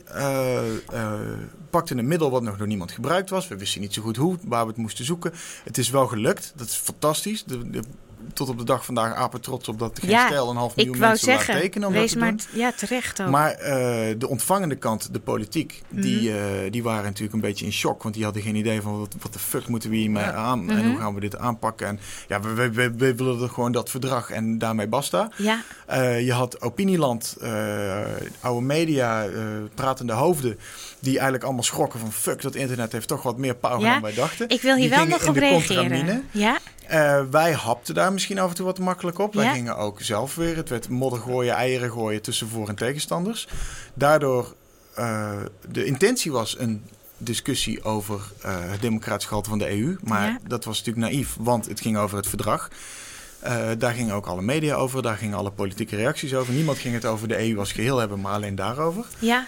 pakten een middel wat nog door niemand gebruikt was. We wisten niet zo goed hoe, waar we het moesten zoeken. Het is wel gelukt. Dat is fantastisch. Tot op de dag vandaag apen trots op dat geen stijl 500.000 mensen laat tekenen om dat te doen. Ja, terecht ook. Maar de ontvangende kant, de politiek, die waren natuurlijk een beetje in shock. Want die hadden geen idee van wat de fuck moeten we hiermee aan en hoe gaan we dit aanpakken. En ja, we willen er gewoon dat verdrag en daarmee basta. Ja. Je had Opinieland, oude media, pratende hoofden, die eigenlijk allemaal schrokken van fuck, dat internet heeft toch wat meer power dan wij dachten. Ik wil hier wel nog op reageren. Ja. Wij hapten daar misschien af en toe wat makkelijk op. Wij gingen ook zelf weer. Het werd modder gooien, eieren gooien tussen voor- en tegenstanders. Daardoor, de intentie was een discussie over het democratisch gehalte van de EU. Maar dat was natuurlijk naïef, want het ging over het verdrag. Daar gingen ook alle media over, daar gingen alle politieke reacties over. Niemand ging het over de EU als geheel hebben, maar alleen daarover. Ja.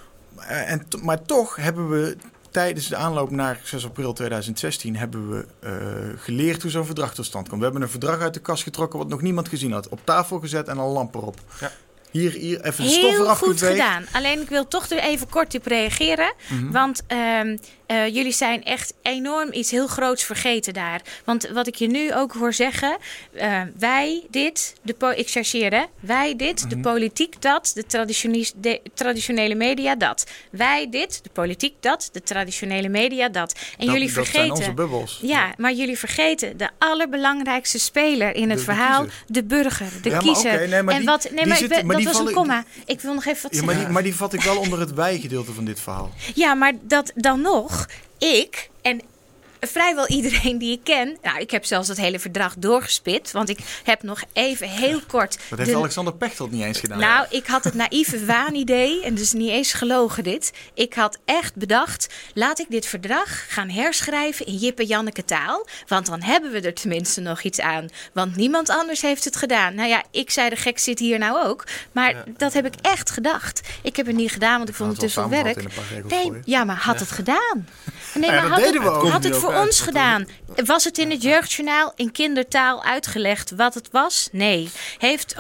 Maar toch hebben we tijdens de aanloop naar 6 april 2016 hebben we geleerd hoe zo'n verdrag tot stand komt. We hebben een verdrag uit de kast getrokken wat nog niemand gezien had. Op tafel gezet en een lamp erop. Ja. Hier even de stof eraf goed geveegd. gedaan. Alleen ik wil toch er even kort op reageren. Want jullie zijn echt enorm iets heel groots vergeten daar. Want wat ik je nu ook hoor zeggen. Wij dit, ik chargeer hè. Wij dit, de politiek dat, de traditionele media dat. Wij dit, de politiek dat, de traditionele media dat. En jullie vergeten. Dat zijn onze bubbels. Ja, maar jullie vergeten de allerbelangrijkste speler in het verhaal. De burger, de kiezer. Dat was een komma. Ik wil nog even wat zeggen. Maar die vat ik wel onder het wij-gedeelte van dit verhaal. Ja, maar dat dan nog. Ik en vrijwel iedereen die ik ken. Nou, ik heb zelfs dat hele verdrag doorgespit. Want ik heb nog even heel kort. Dat heeft Alexander Pechtold niet eens gedaan. Nou, ik had het naïeve waanidee. En dus niet eens gelogen dit. Ik had echt bedacht. Laat ik dit verdrag gaan herschrijven in Jip en Janneke taal. Want dan hebben we er tenminste nog iets aan. Want niemand anders heeft het gedaan. Nou ja, ik zei de gek zit hier nou ook. Maar dat heb ik echt gedacht. Ik heb het niet gedaan, want ik vond het te veel werk. Nee, ja, maar had het gedaan? Nee, maar had het voor ons gedaan? Was het in het jeugdjournaal in kindertaal uitgelegd wat het was? Nee. Heeft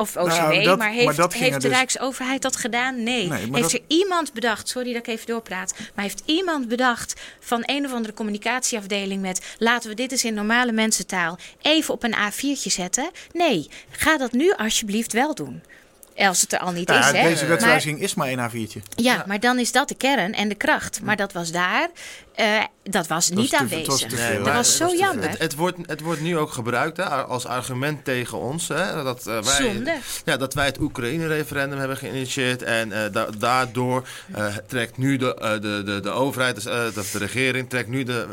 heeft de Rijksoverheid dat gedaan? Nee. Heeft er iemand bedacht, sorry dat ik even doorpraat, maar heeft iemand bedacht van een of andere communicatieafdeling met laten we dit eens in normale mensentaal even op een A4'tje zetten? Nee. Ga dat nu alsjeblieft wel doen. Als het er al niet is, hè? Deze wetswijziging is maar één A4'tje. Ja, maar dan is dat de kern en de kracht. Maar dat was daar. Dat was niet aanwezig. Dat was zo jammer. Het wordt nu ook gebruikt hè, als argument tegen ons. Hè, dat wij het Oekraïne-referendum hebben geïnitieerd. En daardoor trekt nu de overheid, dus de regering, trekt nu de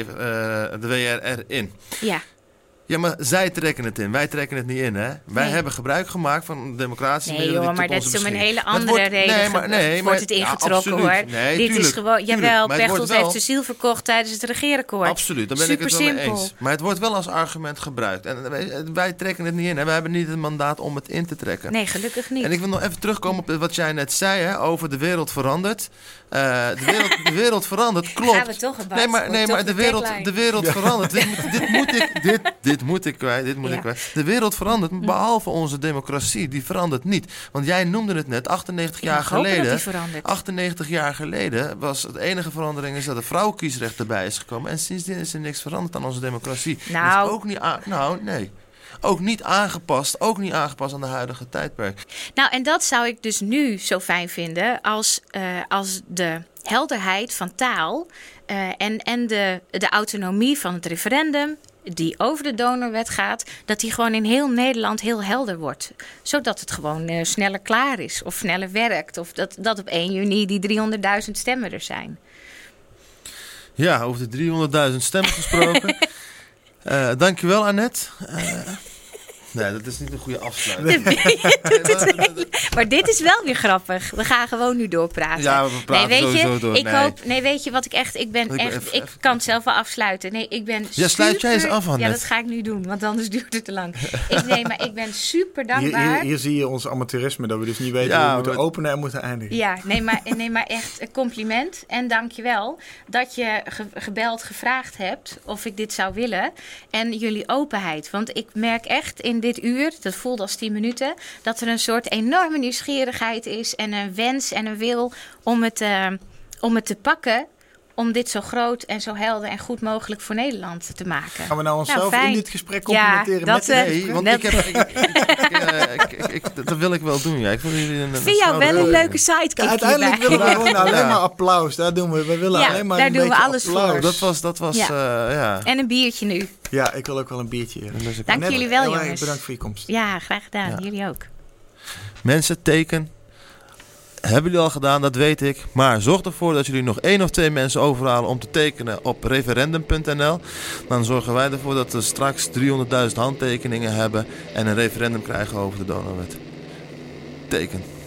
WRR in. Ja. Ja, maar zij trekken het in. Wij trekken het niet in, hè? Wij hebben gebruik gemaakt van democratische middelen. Nee, maar dat is om een hele andere reden. Wordt het ingetrokken, hoor. Nee, dit tuurlijk, is gewoon. Jawel, Pechtold heeft de ziel verkocht tijdens het regeerakkoord. Absoluut, daar ben ik het wel mee eens. Maar het wordt wel als argument gebruikt. En wij trekken het niet in. Hè? Wij hebben niet het mandaat om het in te trekken. Nee, gelukkig niet. En ik wil nog even terugkomen op wat jij net zei, hè, over de wereld verandert. De wereld verandert, klopt. Gaan we toch maar de wereld verandert. Dit moet ik kwijt. De wereld verandert, behalve onze democratie. Die verandert niet. Want jij noemde het net, 98 jaar geleden. 98 jaar geleden was het enige verandering is dat er vrouwenkiesrecht erbij is gekomen. En sindsdien is er niks veranderd aan onze democratie. Nou. Dus ook niet nee. Ook niet aangepast aan de huidige tijdperk. Nou, en dat zou ik dus nu zo fijn vinden als de helderheid van taal en de autonomie van het referendum die over de donorwet gaat, dat die gewoon in heel Nederland heel helder wordt. Zodat het gewoon sneller klaar is of sneller werkt. Of dat op 1 juni die 300.000 stemmen er zijn. Ja, over de 300.000 stemmen gesproken. Dankjewel, Annette. Nee, dat is niet een goede afsluiting. Maar dit is wel weer grappig. We gaan gewoon nu doorpraten. Ja, we praten sowieso door. Weet je wat ik echt... Ik kan het zelf wel afsluiten. Nee, ik ben super... Ja, sluit jij eens af, Annette. Ja, dat ga ik nu doen, want anders duurt het te lang. Maar ik ben super dankbaar. Hier zie je ons amateurisme, dat we dus niet weten hoe we moeten openen en moeten eindigen. Ja, nee, maar echt een compliment. En dankjewel dat je gevraagd hebt of ik dit zou willen. En jullie openheid. Want ik merk echt in dit uur, dat voelde als 10 minuten, dat er een soort enorme nieuwsgierigheid is en een wens en een wil om het te pakken, om dit zo groot en zo helder en goed mogelijk voor Nederland te maken. Gaan we nou onszelf in dit gesprek complimenteren met nee, want dat wil ik wel doen. Ja. Ik vind jou wel een leuke sidekick. Ja, uiteindelijk willen we gewoon alleen maar applaus. Daar doen we. We willen alleen maar daar doen we alles applaus. voor. Dat was ja. En een biertje nu. Ja, ik wil ook wel een biertje. Dank jullie wel, jongens. Bedankt voor je komst. Ja, graag gedaan. Ja. Jullie ook. Mensen, teken. Hebben jullie al gedaan, dat weet ik. Maar zorg ervoor dat jullie nog 1 of 2 mensen overhalen om te tekenen op referendum.nl. Dan zorgen wij ervoor dat we straks 300.000 handtekeningen hebben en een referendum krijgen over de donorwet. Teken.